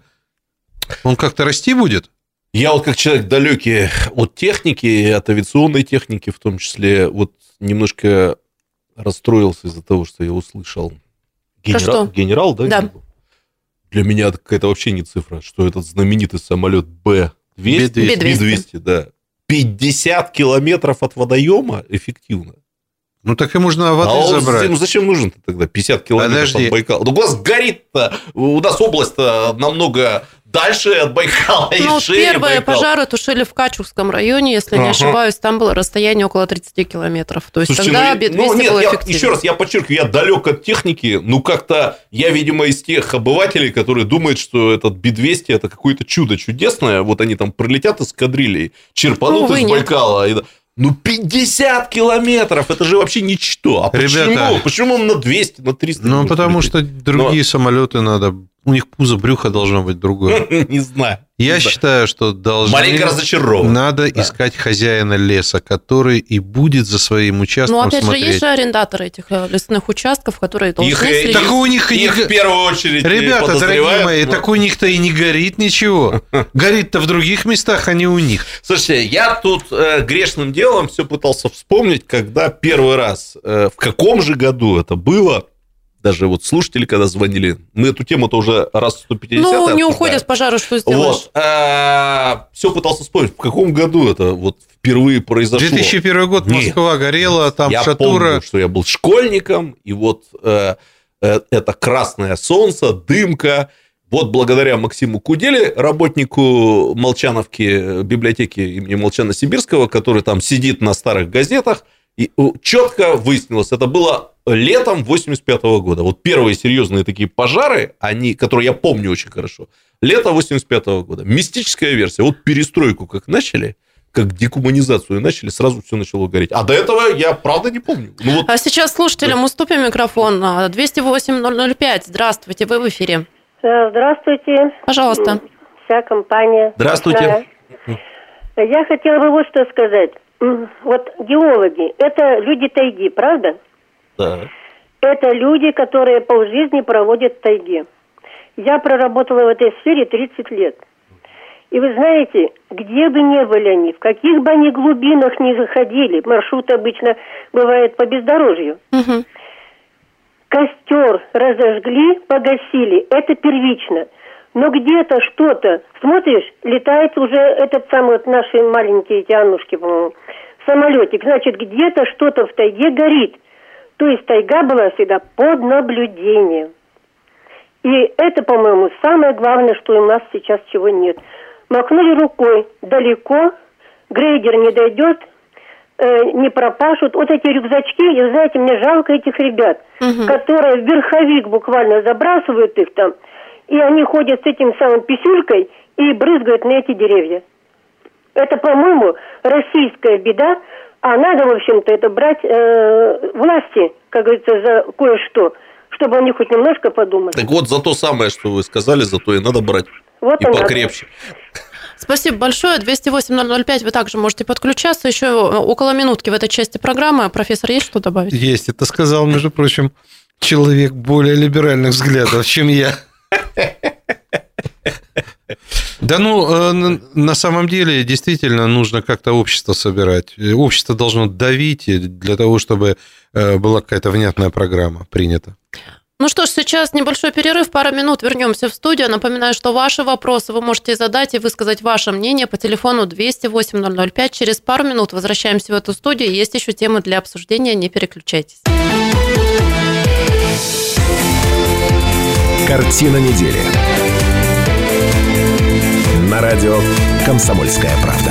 он как-то расти будет? Я вот как человек далекий от техники, от авиационной техники в том числе, вот немножко расстроился из-за того, что я услышал. Генерал, генерал, да? Да. Для меня это какая-то вообще не цифра, что этот знаменитый самолет Бэ двести, Би двести, да, пятьдесят километров от водоема эффективно. Ну, так и можно воды а он, забрать. Ну, зачем нужен тогда пятьдесят километров Подожди. От Байкала? Ну, у нас горит-то, у нас область-то намного дальше от Байкала. Ну, и шире первые Байкала. пожары тушили в Качувском районе, если ага. не ошибаюсь, там было расстояние около тридцать километров. То есть Слушайте, тогда ну, Би двести ну, нет, было я, эффективно. Еще раз, я подчеркиваю, я далек от техники, ну, как-то я, видимо, из тех обывателей, которые думают, что этот Би двести это какое-то чудо чудесное, вот они там пролетят эскадрильей, черпанут ну, из Байкала, и... Ну, пятьдесят километров, это же вообще ничто. А Ребята, почему? Почему он на двести, на триста? Ну, потому лететь? Что другие Но... самолеты надо... У них пузо, брюхо должно быть другое. Не знаю. Я не считаю, что должны... Маленько разочарован. Надо да. искать хозяина леса, который и будет за своим участком смотреть. Ну, опять смотреть. же, есть же арендаторы этих лесных участков, которые должны их, следить. Так у них... Их в первую очередь Ребята, дорогие мои, но... так у них-то и не горит ничего. Горит-то в других местах, а не у них. Слушайте, я тут э, грешным делом все пытался вспомнить, когда первый раз, э, в каком же году это было... Даже вот слушатели, когда звонили, мы эту тему-то уже раз сто пятьдесят Ну, не обсуждаем. уходя с пожара, что сделаешь? Вот. А, все пытался вспомнить, в каком году это вот впервые произошло. две тысячи первый год, Москва Нет. горела, там я шатура. Я помню, что я был школьником, и вот э, э, это красное солнце, дымка. Вот благодаря Максиму Куделе, работнику Молчановки, библиотеки имени Молчана Сибирского, который там сидит на старых газетах, и четко выяснилось, это было летом восемьдесят пятого года. Вот первые серьезные такие пожары, они, которые я помню очень хорошо, лето восемьдесят пятого года. Мистическая версия. Вот перестройку как начали, как декоммунизацию начали, сразу все начало гореть. А до этого я правда не помню. Ну, вот... А сейчас слушателям да. уступим микрофон. двести восемь ноль ноль пять. Здравствуйте, вы в эфире. Здравствуйте. Пожалуйста. Вся компания. Здравствуйте. Да. Я хотела бы вот что сказать. Вот геологи, это люди тайги, правда? Да. Это люди, которые полжизни проводят в тайге. Я проработала в этой сфере тридцать лет. И вы знаете, где бы ни были они, в каких бы они глубинах ни заходили, маршрут обычно бывает по бездорожью. Угу. Костер разожгли, погасили, это первично. Но где-то что-то, смотришь, летает уже этот самый, вот наши маленькие эти аннушки, по-моему, самолетик. Значит, где-то что-то в тайге горит. То есть тайга была всегда под наблюдением. И это, по-моему, самое главное, что у нас сейчас чего нет. Махнули рукой далеко, грейдер не дойдет, э, не пропашут. Вот эти рюкзачки, и, знаете, мне жалко этих ребят, угу. которые в верховик буквально забрасывают их там, и они ходят с этим самым писюлькой и брызгают на эти деревья. Это, по-моему, российская беда, а надо, в общем-то, это брать э, власти, как говорится, за кое-что, чтобы они хоть немножко подумали. Так вот, за то самое, что вы сказали, за то и надо брать. Вот и покрепче. Спасибо большое. двести восемь ноль ноль пять вы также можете подключаться. Еще около минутки в этой части программы. Профессор, есть что добавить? Есть. Это сказал, между прочим, человек более либеральных взглядов, чем я. Да ну, на самом деле, действительно, нужно как-то общество собирать. Общество должно давить для того, чтобы была какая-то внятная программа принята. Ну что ж, сейчас небольшой перерыв, пара минут, вернемся в студию. Напоминаю, что ваши вопросы вы можете задать и высказать ваше мнение по телефону двести восемь ноль ноль пять. Через пару минут возвращаемся в эту студию. Есть еще темы для обсуждения, не переключайтесь. Картина недели. На радио «Комсомольская правда».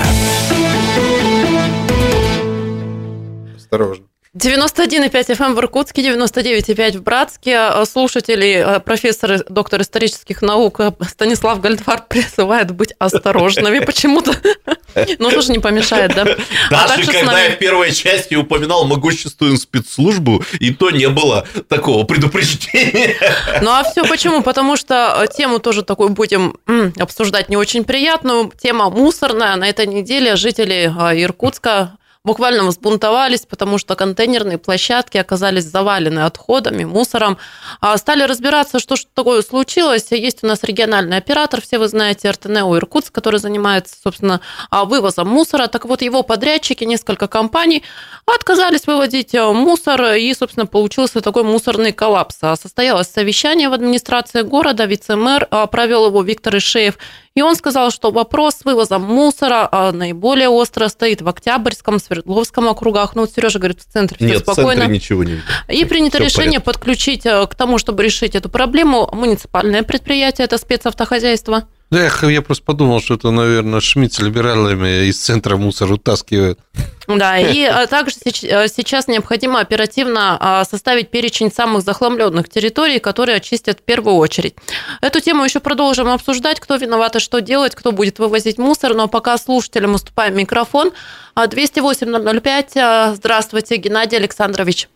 Осторожно. девяносто один и пять эф эм в Иркутске, девяносто девять и пять в Братске. Слушатели, профессор, доктор исторических наук Станислав Гольдвард призывает быть осторожными почему-то. Ну, тоже не помешает, да? Даже а когда нами... я в первой части упоминал могущественную спецслужбу, и то не было такого предупреждения. Ну, а все почему? Потому что тему тоже такую будем обсуждать не очень приятную. Тема мусорная. На этой неделе жители Иркутска буквально взбунтовались, потому что контейнерные площадки оказались завалены отходами, мусором. Стали разбираться, что же такое случилось. Есть у нас региональный оператор, все вы знаете, эр тэ эн о Иркутск, который занимается, собственно, вывозом мусора. Так вот, его подрядчики, несколько компаний отказались выводить мусор, и, собственно, получился такой мусорный коллапс. Состоялось совещание в администрации города, вице-мэр провел его Виктор Ишеев, и он сказал, что вопрос с вывозом мусора наиболее остро стоит в Октябрьском, Свердловском округах. Ну, вот Сережа говорит, в центре все Нет, спокойно. В центре ничего не видно. И принято решение подключить к тому, чтобы решить эту проблему, муниципальное предприятие, это спецавтохозяйство. Да, я просто подумал, что это, наверное, Шмидт с либералами из центра мусор утаскивает. Да, и также сейчас необходимо оперативно составить перечень самых захламленных территорий, которые очистят в первую очередь. Эту тему еще продолжим обсуждать, кто виноват и что делать, кто будет вывозить мусор, но пока слушателям уступаем микрофон. двести восемь ноль ноль пять, здравствуйте, Геннадий Александрович.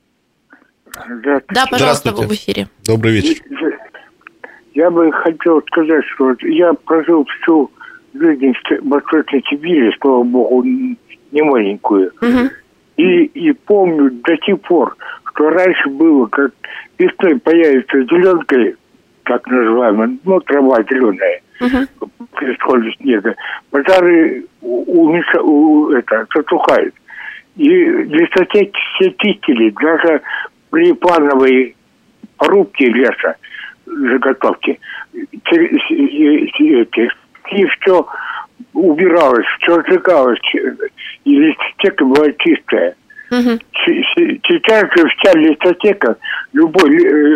Да, пожалуйста, вы в эфире. Добрый вечер. Я бы хотел сказать, что я прожил всю жизнь в Восточной Сибири, слава богу, не маленькую. Угу. И, и помню до сих пор, что раньше было, как весной появится зеленка, так называемая, ну, трава зеленая, угу. Происходит снега, пожары уменьша, у, это, затухают. И лесотеки все чистили, даже при плановой порубке леса, заготовки, и все убиралось, все сжигалось, и лесотека была чистая. Uh-huh. Сейчас же вся лесотека, любой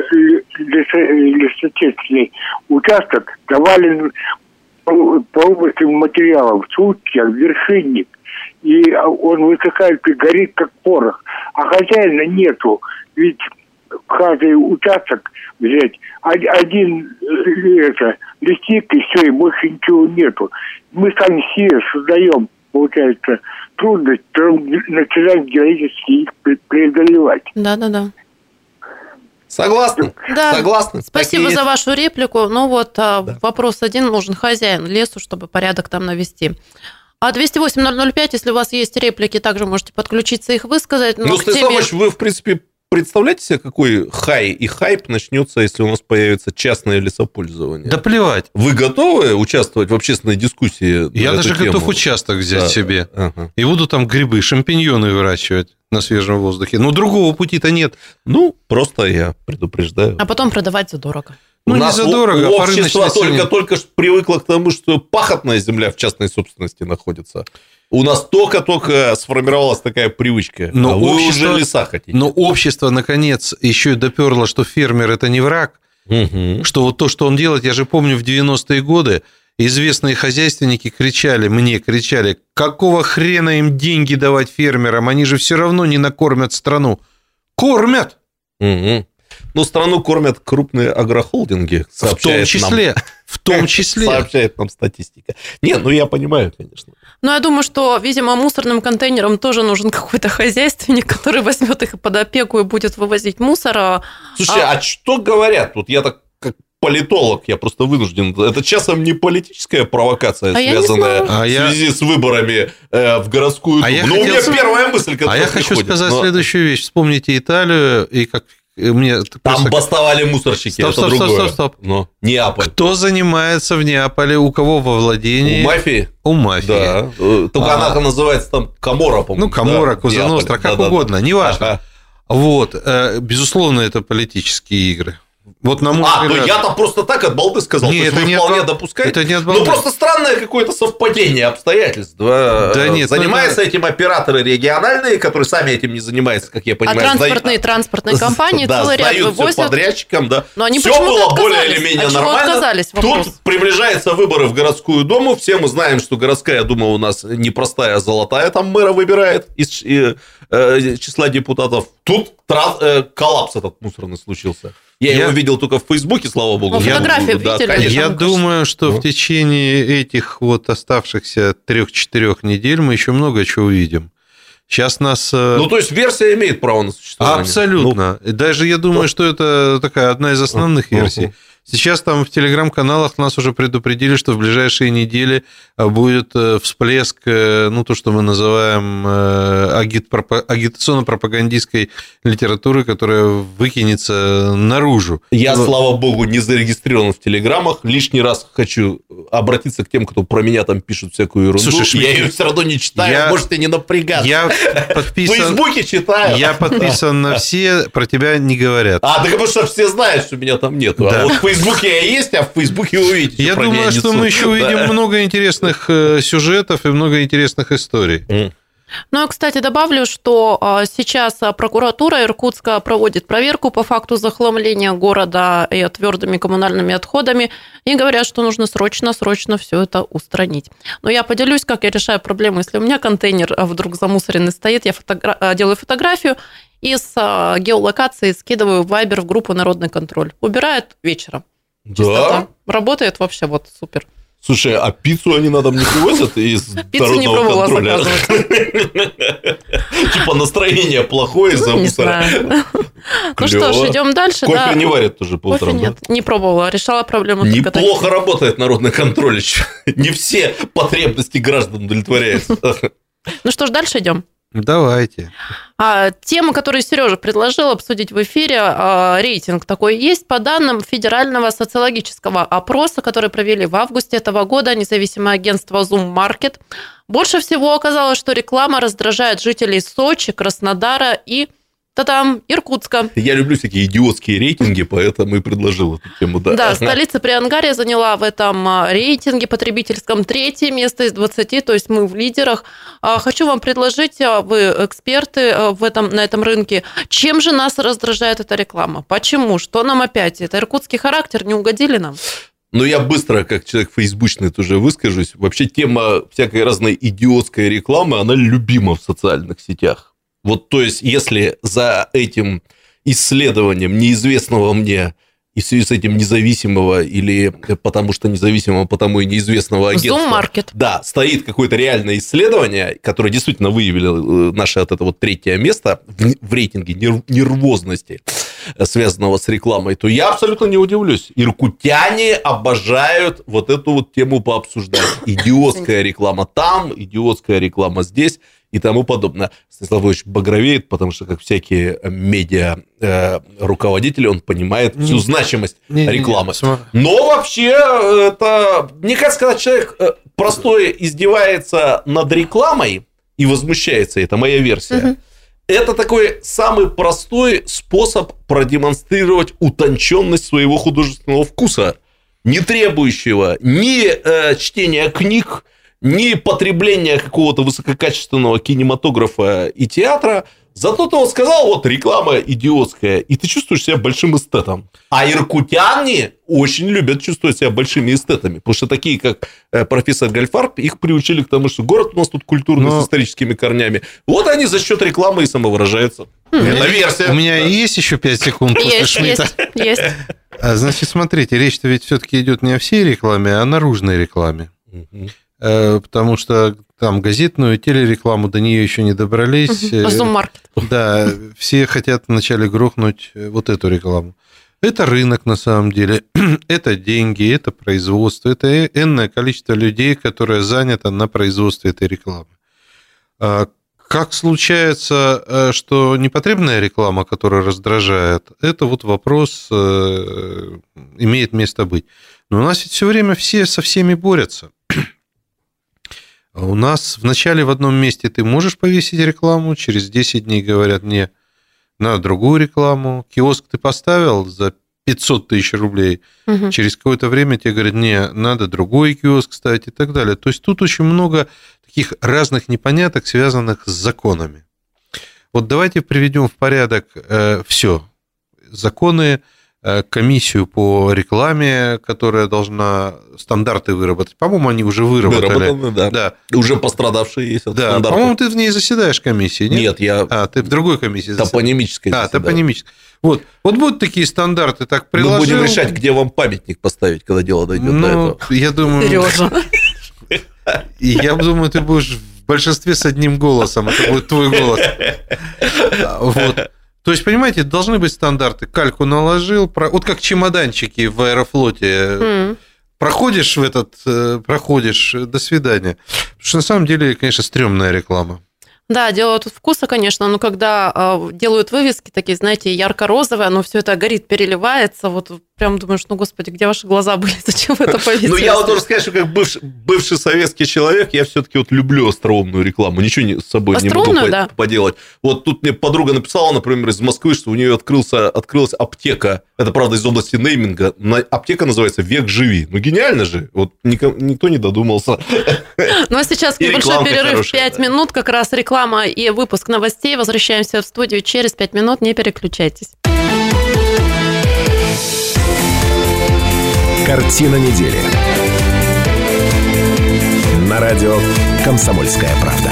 лесотечный участок завален порубочным материалом, сучья, вершинник, и он высыхает и горит, как порох. А хозяина нету, ведь каждый участок взять один это, листик, и все, и больше ничего нету. Мы сами себе создаем, получается, трудность, начинаем героически их преодолевать. Да-да-да. Согласны? Да. Согласны. Спасибо за вашу реплику. Ну вот, да. Вопрос один, нужен хозяин лесу, чтобы порядок там навести. А двести восемь ноль ноль пять, если у вас есть реплики, также можете подключиться, их высказать. Ну, Станислав, теме... вы, в принципе, представляете себе, какой хай и хайп начнется, если у нас появится частное лесопользование? Да плевать. Вы готовы участвовать в общественной дискуссии? Я даже тему? готов участок взять да. себе. Ага. И буду там грибы, шампиньоны выращивать на свежем воздухе. Но другого пути-то нет. Ну, просто я предупреждаю. А потом продавать задорого. Ну, у не нас задорого, у, общество только, только что привыкло к тому, что пахотная земля в частной собственности находится. У нас только-только сформировалась такая привычка. Но а вы общество, уже леса хотите. Но общество, наконец, еще и доперло, что фермер – это не враг. Угу. Что вот то, что он делает, я же помню, в девяностые годы известные хозяйственники кричали, мне кричали, какого хрена им деньги давать фермерам, они же все равно не накормят страну. Кормят! Угу. Ну, страну кормят крупные агрохолдинги. В том числе. Нам, в том числе. Сообщает нам статистика. Нет, ну я понимаю, конечно. Ну, я думаю, что, видимо, мусорным контейнерам тоже нужен какой-то хозяйственник, который возьмет их под опеку и будет вывозить мусор. Слушай, а, а что говорят? Вот я так как политолог, я просто вынужден. Это часом не политическая провокация, а связанная а в я... связи с выборами э, в городскую а думу. Но хотел... у меня первая мысль, которая А я приходит, хочу сказать но... следующую вещь. Вспомните Италию, и как мне... Там просто... бастовали мусорщики, стоп, это стоп, другое. Стоп, стоп, стоп. Но Неаполь. Кто занимается в Неаполе, у кого во владении? У мафии? У мафии. Да. Только а... она называется там Каморра, по-моему. Ну, Каморра, да, Коза Ностра, как да, угодно, да. неважно. Ага. Вот, безусловно, это политические игры. Вот на мой а, взгляд... ну я-то просто так от балды сказал, нет, то есть это вы не вполне от... допускаете. Это не от балды. Ну, просто странное какое-то совпадение обстоятельств. Да, да нет, занимаются это... этим операторы региональные, которые сами этим не занимаются, как я понимаю. А транспортные сдают... транспортные компании да, целый ряд вывозят. Подрядчикам, да. Но они все было более или менее от нормально. Отказались, вопрос. Тут приближаются выборы в городскую думу. Все мы знаем, что городская дума у нас не простая, а золотая. Там мэра выбирает из э, э, числа депутатов. Тут трас... э, коллапс этот мусорный случился. Я, я его видел только в Фейсбуке, слава богу. Ну, фотографии да, видели? конечно. Я думаю, что ну. в течение этих вот оставшихся трех-четырех недель мы еще много чего увидим. Сейчас нас... Ну, то есть, версия имеет право на существование. Абсолютно. Ну, Даже я думаю, ну, что это такая одна из основных версий. Uh-huh. Сейчас там в телеграм-каналах нас уже предупредили, что в ближайшие недели будет всплеск, ну, то, что мы называем агитационно-пропагандистской литературы, которая выкинется наружу. Я, Но... слава богу, не зарегистрирован в телеграммах. Лишний раз хочу обратиться к тем, кто про меня там пишут всякую ерунду. Слушай, Шмидт, я ее все равно не читаю, я... можете не напрягаться. Я подписан... В Фейсбуке читаю. Я подписан на все, про тебя не говорят. А, так потому что все знают, что меня там нету. Да. А вот в Фейсбуке я есть, а в Фейсбуке увидите. Я думаю, что мы еще увидим много интересных сюжетов и много интересных историй. Mm. Ну, кстати, добавлю, что сейчас прокуратура Иркутска проводит проверку по факту захламления города и твердыми коммунальными отходами и говорят, что нужно срочно-срочно все это устранить. Но я поделюсь, как я решаю проблему. Если у меня контейнер вдруг замусоренный стоит, я фотогра... делаю фотографию и с геолокацией скидываю в Viber в группу «Народный контроль». Убирают вечером. Чистота. Да? Работает вообще вот супер. Слушай, а пиццу они на дом не привозят из народного контроля? Типа настроение плохое из-за мусора. Ну что ж, идем дальше. Кофе не варят тоже по утрам, да? Не пробовала, решала проблему. Неплохо работает народный контроль. Не все потребности граждан удовлетворяются. Ну что ж, дальше идем. Давайте. А, тема, которую Сережа предложил обсудить в эфире, а, рейтинг такой есть. По данным федерального социологического опроса, который провели в августе этого года, независимое агентство Zoom Market, больше всего оказалось, что реклама раздражает жителей Сочи, Краснодара и там Иркутска. Я люблю всякие идиотские рейтинги, поэтому и предложил эту тему. Да, да, столица Приангарья заняла в этом рейтинге потребительском третье место из двадцати, то есть мы в лидерах. Хочу вам предложить, вы эксперты в этом, на этом рынке, чем же нас раздражает эта реклама? Почему? Что нам опять? Это иркутский характер, не угодили нам? Ну, я быстро, как человек фейсбучный, тоже выскажусь. Вообще тема всякой разной идиотской рекламы, она любима в социальных сетях. Вот, то есть, если за этим исследованием неизвестного мне и в связи с этим независимого или потому что независимого, потому и неизвестного агентства, Zoom Market. Да, стоит какое-то реальное исследование, которое действительно выявило наше вот это вот третье место в, в рейтинге нервозности, связанного с рекламой, то я абсолютно не удивлюсь. Иркутяне обожают вот эту вот тему пообсуждать. Идиотская реклама там, идиотская реклама здесь и тому подобное. Станислав Ильич багровеет, потому что, как всякие медиа э, руководители, он понимает всю не, значимость не, рекламы. Не, не, не. Но вообще, это, мне кажется, когда человек простой издевается над рекламой и возмущается, это моя версия, угу. Это такой самый простой способ продемонстрировать утонченность своего художественного вкуса, не требующего ни э, чтения книг, ни потребления какого-то высококачественного кинематографа и театра. Зато ты вот сказал, вот реклама идиотская, и ты чувствуешь себя большим эстетом. А иркутяне очень любят чувствовать себя большими эстетами, потому что такие, как профессор Гальфарб, их приучили к тому, что город у нас тут культурный, но... с историческими корнями. Вот они за счет рекламы и самовыражаются. Mm-hmm. Это версия. У меня да. есть еще пять секунд после есть, Шмидта. Есть, есть. Значит, смотрите, речь-то ведь все-таки идет не о всей рекламе, а о наружной рекламе. Mm-hmm. Потому что там газетную телерекламу до нее еще не добрались. Zoom Market. Да, все хотят вначале грохнуть вот эту рекламу. Это рынок, на самом деле. Это деньги, это производство, это энное количество людей, которое занято на производстве этой рекламы. Как случается, что непотребная реклама, которая раздражает, это вот вопрос имеет место быть. Но у нас ведь все время все со всеми борются. У нас вначале в одном месте ты можешь повесить рекламу, через десять дней говорят, не, надо другую рекламу. Киоск ты поставил за пятьсот тысяч рублей, угу. Через какое-то время тебе говорят, не, надо другой киоск ставить и так далее. То есть тут очень много таких разных непоняток, связанных с законами. Вот давайте приведем в порядок э, все. Законы, э, комиссию по рекламе, которая должна стандарты выработать. По-моему, они уже выработали. Выработаны, да. Да. Уже пострадавшие есть от да. стандартов. По-моему, ты в ней заседаешь комиссии, нет? Нет, я... А, ты в другой комиссии заседаешь. Топонимической заседаешь. А, топонимической. Вот. Вот будут такие стандарты, так приложил. Мы будем решать, где вам памятник поставить, когда дело дойдет ну, до этого. Я думаю... Сережа. И я думаю, ты будешь в большинстве с одним голосом. Это будет твой голос. Вот. То есть, понимаете, должны быть стандарты. Кальку наложил, вот как чемоданчики в Аэрофлоте. Mm. Проходишь в этот, проходишь, до свидания. Потому что на самом деле, конечно, стрёмная реклама. Да, дело тут вкуса, конечно, но когда э, делают вывески такие, знаете, ярко-розовые, оно все это горит, переливается, вот прям думаешь, ну, господи, где ваши глаза были, зачем вы это повесили? Ну, я вот тоже скажу, что как бывший, бывший советский человек, я все-таки вот люблю остроумную рекламу, ничего не, с собой остроумную, не могу да. поделать. Вот тут мне подруга написала, например, из Москвы, что у нее открылся, открылась аптека, это, правда, из области нейминга, аптека называется «Век живи». Ну, гениально же, вот никто, никто не додумался. Ну, а сейчас небольшой перерыв, пять минут, как раз реклама и выпуск новостей. Возвращаемся в студию через пять минут, не переключайтесь. Картина недели. На радио «Комсомольская правда».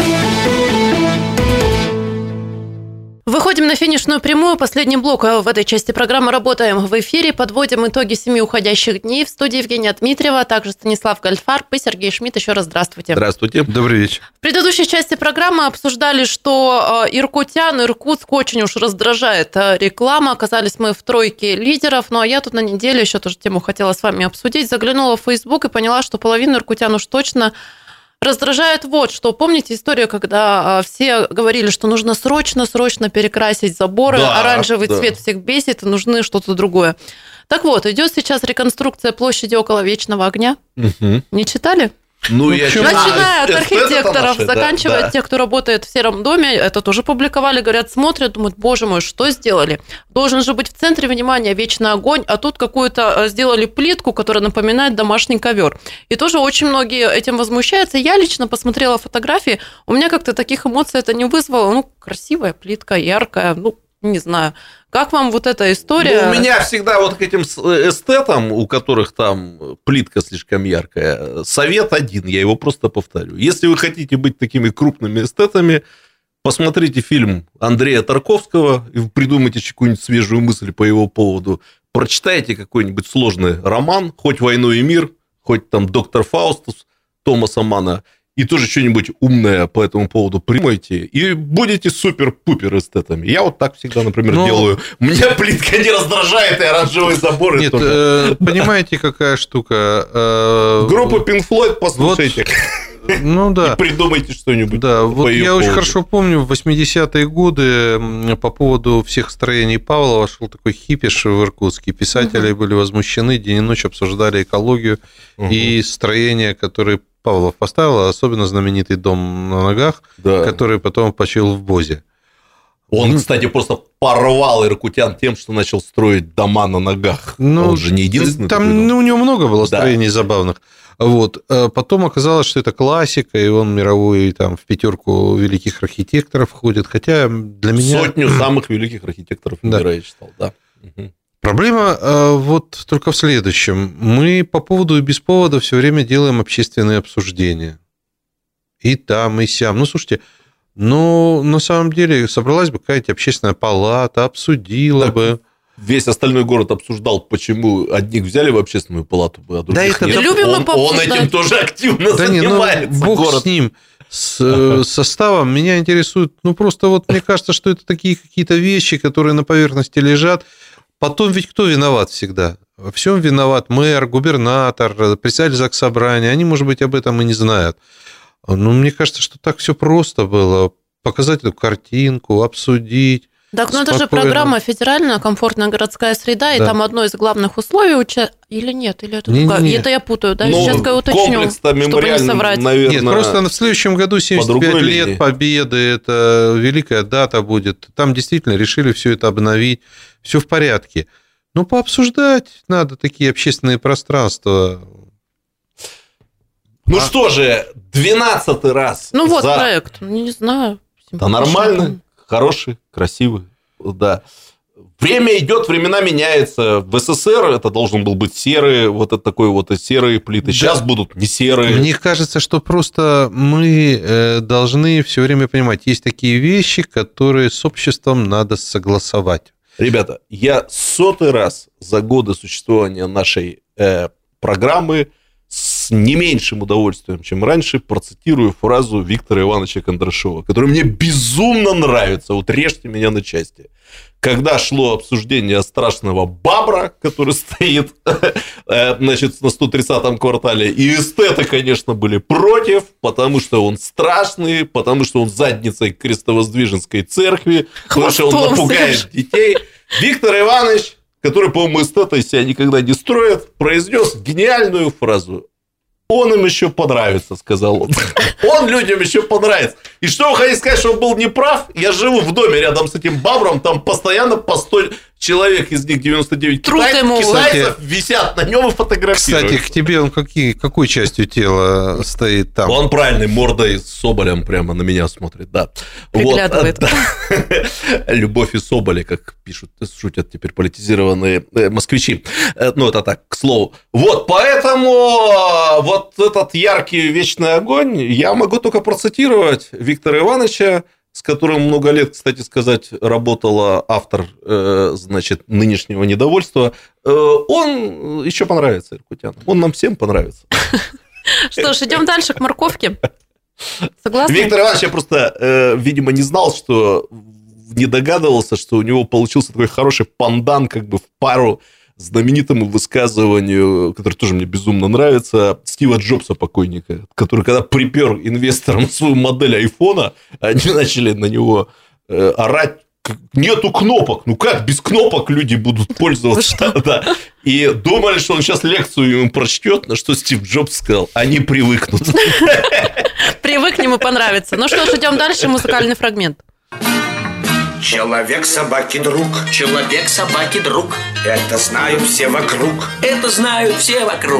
Выходим на финишную прямую. Последний блок в этой части программы «Работаем в эфире». Подводим итоги семи уходящих дней. В студии Евгения Дмитриева, а также Станислав Гольфарб и Сергей Шмидт. Еще раз здравствуйте. Здравствуйте. Добрый вечер. В предыдущей части программы обсуждали, что иркутян, Иркутск очень уж раздражает реклама. Оказались мы в тройке лидеров. Ну, а я тут на неделю еще тоже тему хотела с вами обсудить. Заглянула в Facebook и поняла, что половину иркутян уж точно... раздражает вот что. Помните историю, когда все говорили, что нужно срочно-срочно перекрасить заборы, да, оранжевый да. цвет всех бесит, и нужны что-то другое. Так вот, идет сейчас реконструкция площади около Вечного огня. Угу. Не читали? Ну, я Начиная от архитекторов, заканчивая да, да. тех, кто работает в Сером доме, это тоже публиковали, говорят, смотрят, думают, боже мой, что сделали? Должен же быть в центре внимания вечный огонь, а тут какую-то сделали плитку, которая напоминает домашний ковер. И тоже очень многие этим возмущаются. Я лично посмотрела фотографии, у меня как-то таких эмоций это не вызвало. Ну, красивая плитка, яркая, ну, не знаю. Как вам вот эта история? Ну, у меня всегда вот к этим эстетам, у которых там плитка слишком яркая, совет один, я его просто повторю. Если вы хотите быть такими крупными эстетами, посмотрите фильм Андрея Тарковского и придумайте какую-нибудь свежую мысль по его поводу, прочитайте какой-нибудь сложный роман, хоть «Войну и мир», хоть там «Доктор Фаустус» Томаса Манна, и тоже что-нибудь умное по этому поводу придумайте, и будете супер-пупер эстетами. Я вот так всегда, например, Но... делаю. Меня плитка не раздражает, и оранжевые заборы Нет, тоже. Э, понимаете, какая штука? Э, Группу Pink Floyd послушайте. Вот, ну да. И придумайте что-нибудь. Да, вот я поводу. Очень хорошо помню, в восьмидесятые годы по поводу всех строений Павлова шел такой хипиш в Иркутске. Писатели угу. были возмущены, день и ночь обсуждали экологию угу. и строения, которые Павлов поставил, особенно знаменитый дом на ногах, да. который потом почил в Бозе. Он, кстати, просто порвал иркутян тем, что начал строить дома на ногах. Ну, он же не единственный. Там ну, у него много было строений да. забавных. Вот. Потом оказалось, что это классика, и он мировой там, в пятерку великих архитекторов входит. Хотя для меня... Сотню самых великих архитекторов мира да. я читал, да. Угу. Проблема вот только в следующем. Мы по поводу и без повода все время делаем общественные обсуждения. И там, и сям. Ну, слушайте, ну, на самом деле, собралась бы какая-то общественная палата, обсудила так бы... Весь остальной город обсуждал, почему одних взяли в общественную палату, а других да это нет. Любим он, он этим тоже активно да занимается. Не, ну, бог город. С ним. С составом меня интересует... Ну, просто вот мне кажется, что это такие какие-то вещи, которые на поверхности лежат. потом ведь кто виноват всегда? Во всем виноват мэр, губернатор, председатель заксобрания. Они, может быть, об этом и не знают. Но мне кажется, что так все просто было. Показать эту картинку, обсудить. Так, ну это же программа федеральная, комфортная городская среда, и да. там одно из главных условий уча... Или нет? Или это, не, не, не. это я путаю, да? Ну, сейчас я уточню, чтобы не соврать. Наверное, нет, просто в следующем году семьдесят пять лет линии. Победы, это великая дата будет. Там действительно решили все это обновить, все в порядке. Ну, пообсуждать надо такие общественные пространства. Ну а? Что же, двенадцатый раз. Ну вот за... проект, не знаю. Да нормально. Хороший, красивый, да. Время идет, времена меняются. В СССР это должен был быть серый, вот это такой вот серые плиты. Сейчас да. будут не серые. Мне кажется, что просто мы должны все время понимать, есть такие вещи, которые с обществом надо согласовать. Ребята, я сотый раз за годы существования нашей э, программы с не меньшим удовольствием, чем раньше, процитирую фразу Виктора Ивановича Кондрашова, которая мне безумно нравится. Вот режьте меня на части. Когда шло обсуждение страшного бабра, который стоит значит, на сто тридцатом квартале, и эстеты, конечно, были против, потому что он страшный, потому что он задницей Крестовоздвиженской церкви, потому что он напугает детей. Виктор Иванович, который, по-моему, эстета из себя никогда не строит, произнес гениальную фразу. Он им еще понравится, сказал он. Он людям еще понравится. И что вы хотите сказать, что он был неправ? Я живу в доме рядом с этим бабром, там постоянно по сто человек, из них девяносто девять китай... китайцев висят на нем и фотографируют. Кстати, к тебе он какие, какой частью тела стоит там? Он правильный, мордой с соболем прямо на меня смотрит, да. Приглядывает. Вот. Любовь и соболи, как пишут, шутят теперь политизированные москвичи. Ну, это так, к слову. Вот, поэтому вот этот яркий вечный огонь я могу только процитировать Виктора Ивановича, с которым много лет, кстати сказать, работала автор, значит, нынешнего недовольства. Он еще понравится иркутянам. Он нам всем понравится. Что ж, идем дальше к морковке. Согласны? Виктор Иванович, я просто, видимо, не знал, что не догадывался, что у него получился такой хороший пандан как бы в пару знаменитому высказыванию, которое тоже мне безумно нравится, Стива Джобса покойника, который, когда припер инвесторам свою модель айфона, они начали на него э, орать, нету кнопок, ну как без кнопок люди будут пользоваться? Да. И думали, что он сейчас лекцию им прочтет, на что Стив Джобс сказал, они привыкнут. Привыкнем и понравится. Ну что ж, идем дальше, музыкальный фрагмент. Человек собаки друг, человек собаки друг. Это знают все вокруг, это знают все вокруг.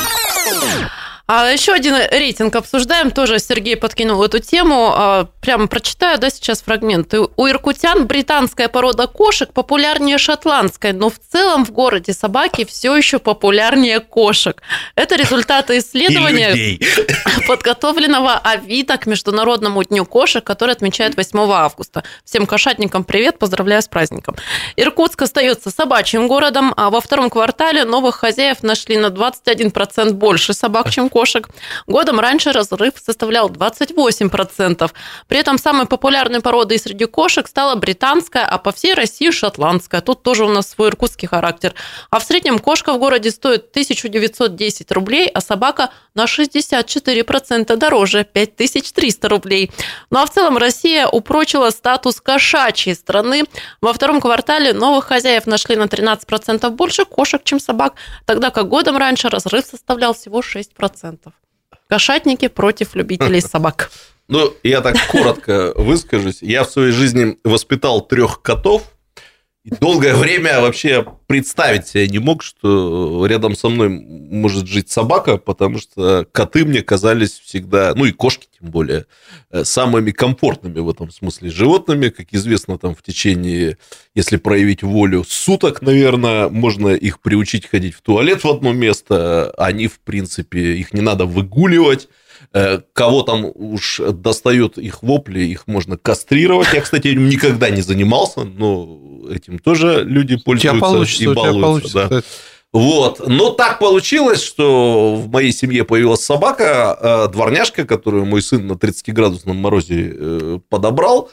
А еще один рейтинг обсуждаем, тоже Сергей подкинул эту тему. Прямо прочитаю, да, сейчас фрагмент. У иркутян британская порода кошек популярнее шотландской, но в целом в городе собаки все еще популярнее кошек. Это результаты исследования, подготовленного Авито к Международному дню кошек, который отмечают восьмого августа. Всем кошатникам привет, поздравляю с праздником. Иркутск остается собачьим городом, а во втором квартале новых хозяев нашли на двадцать один процент больше собак, чем кошек. Годом раньше разрыв составлял двадцать восемь процентов. При этом самой популярной породой среди кошек стала британская, а по всей России шотландская. Тут тоже у нас свой иркутский характер. А в среднем кошка в городе стоит тысяча девятьсот десять рублей, а собака на шестьдесят четыре процента дороже, пять тысяч триста рублей. Ну а в целом Россия упрочила статус кошачьей страны. Во втором квартале новых хозяев нашли на тринадцать процентов больше кошек, чем собак, тогда как годом раньше разрыв составлял всего шесть процентов. Кошатники против любителей собак. Ну, я так коротко выскажусь. Я в своей жизни воспитал трех котов. И долгое время вообще представить себе не мог, что рядом со мной может жить собака, потому что коты мне казались всегда, ну и кошки тем более, самыми комфортными в этом смысле животными. Как известно, там в течение, если проявить волю, суток, наверное, можно их приучить ходить в туалет в одно место. Они, в принципе, их не надо выгуливать. Кого там уж достает их вопли, их можно кастрировать. Я, кстати, этим никогда не занимался, но этим тоже люди пользуются и балуются. Да. Вот. Но так получилось, что в моей семье появилась собака, дворняжка, которую мой сын на тридцатиградусном морозе подобрал.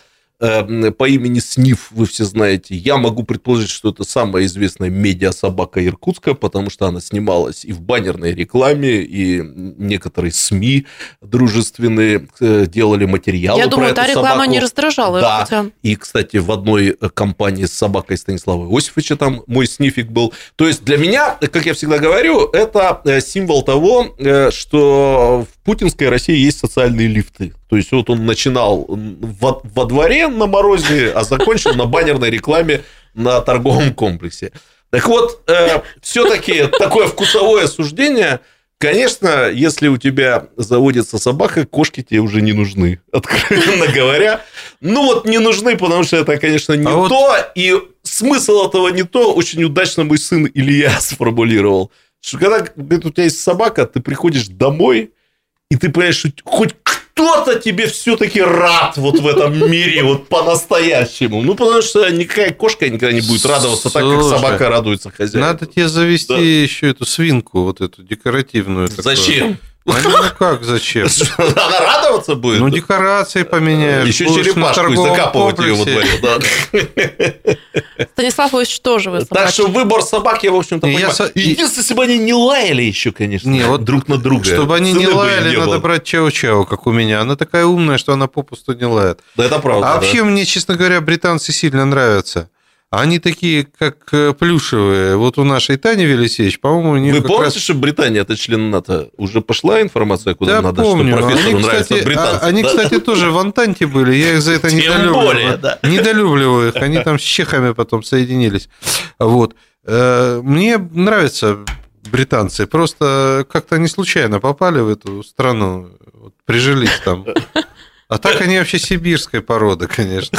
по имени Сниф, вы все знаете. Я могу предположить, что это самая известная медиасобака Иркутска, потому что она снималась и в баннерной рекламе, и некоторые СМИ дружественные делали материалы Я про думаю, эту та реклама собаку. не раздражала Да. иркутян. И, кстати, в одной компании с собакой Станислава Иосифовича там мой снифик был. То есть для меня, как я всегда говорю, это символ того, что в путинской России есть социальные лифты. То есть вот он начинал во, во дворе на морозе, а закончил на баннерной рекламе на торговом комплексе. Так вот, э, все-таки такое вкусовое суждение. Конечно, если у тебя заводится собака, кошки тебе уже не нужны, откровенно говоря. Ну вот не нужны, потому что это, конечно, не а то. Вот... И смысл этого не то. Очень удачно мой сын Илья сформулировал. Что когда говорит, у тебя есть собака, ты приходишь домой, и ты понимаешь, что хоть кто-то тебе все-таки рад вот в этом мире, вот по-настоящему. Ну, потому что никакая кошка никогда не будет радоваться так, как собака радуется хозяину. Надо тебе завести да. еще эту свинку, вот эту декоративную. Зачем? А ну как зачем? Она радоваться будет? Ну, декорации поменяешь. Еще черепашку и закапывать ее во дворе. Да. Станислав Ильич тоже вы собаки. Так что выбор собак, я, в общем-то, понимаю. Со... Единственное, если бы они не лаяли еще, конечно, не, вот друг на друга. Чтобы они не лаяли, не надо было. Брать чау-чау, как у меня. Она такая умная, что она попусту не лает. Да, это правда. А вообще, да. мне, честно говоря, британцы сильно нравятся. Они такие, как плюшевые. Вот у нашей Тани Велисевич, по-моему, у них Вы как помните, раз... что Британия – это член НАТО? Уже пошла информация, куда да, надо, помню. что профессору они, нравятся кстати, британцы? Они, да? кстати, тоже в Антанте были. Я их за это недолюбливаю. Да. Недолюбливаю их. Они там с чехами потом соединились. Вот. Мне нравятся британцы. Просто как-то они случайно попали в эту страну. Вот, прижились там. А так они вообще сибирской породы, конечно.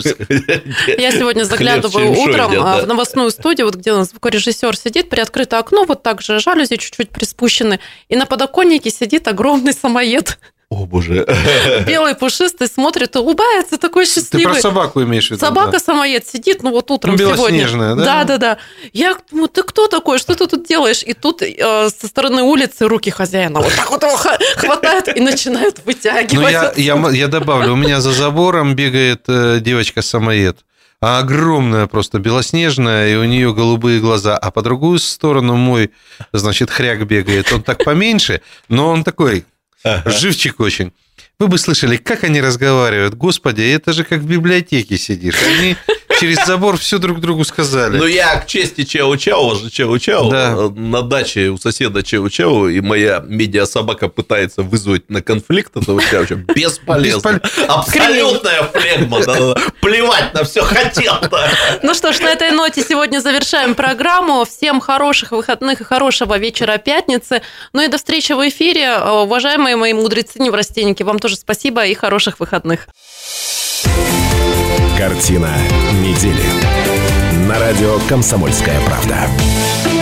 Я сегодня заглядываю утром в новостную студию, вот где у нас звукорежиссер сидит, приоткрыто окно, вот так же жалюзи чуть-чуть приспущены, и на подоконнике сидит огромный самоед. О, боже. Белый, пушистый, смотрит, улыбается, такой счастливый. Ты про собаку имеешь в виду? Собака-самоед да. сидит, ну вот утром ну, сегодня. Белоснежная, да? Да-да-да. Я думаю, ты кто такой, что ты тут делаешь? И тут э, со стороны улицы руки хозяина вот так вот его хватают и начинают вытягивать. Ну, я, я, я добавлю, у меня за забором бегает девочка-самоед. А огромная просто, белоснежная, и у нее голубые глаза. А по другую сторону мой, значит, хряк бегает. Он так поменьше, но он такой... Ага. Живчик очень. Вы бы слышали, как они разговаривают. Господи, это же как в библиотеке сидишь. Они через забор все друг другу сказали. Ну, я к чести Чау-Чау, у вас же Чау-Чау, да. На даче у соседа Чау-Чау, и моя медиасобака пытается вызвать на конфликт этого Чау-Чау. Бесполезно. Беспол... Абсолютная флегма. Плевать на все хотел-то. Ну что ж, на этой ноте сегодня завершаем программу. Всем хороших выходных и хорошего вечера пятницы. Ну и до встречи в эфире. Уважаемые мои мудрецы-неврастенники, вам тоже спасибо и хороших выходных. Картина недели. На радио «Комсомольская правда».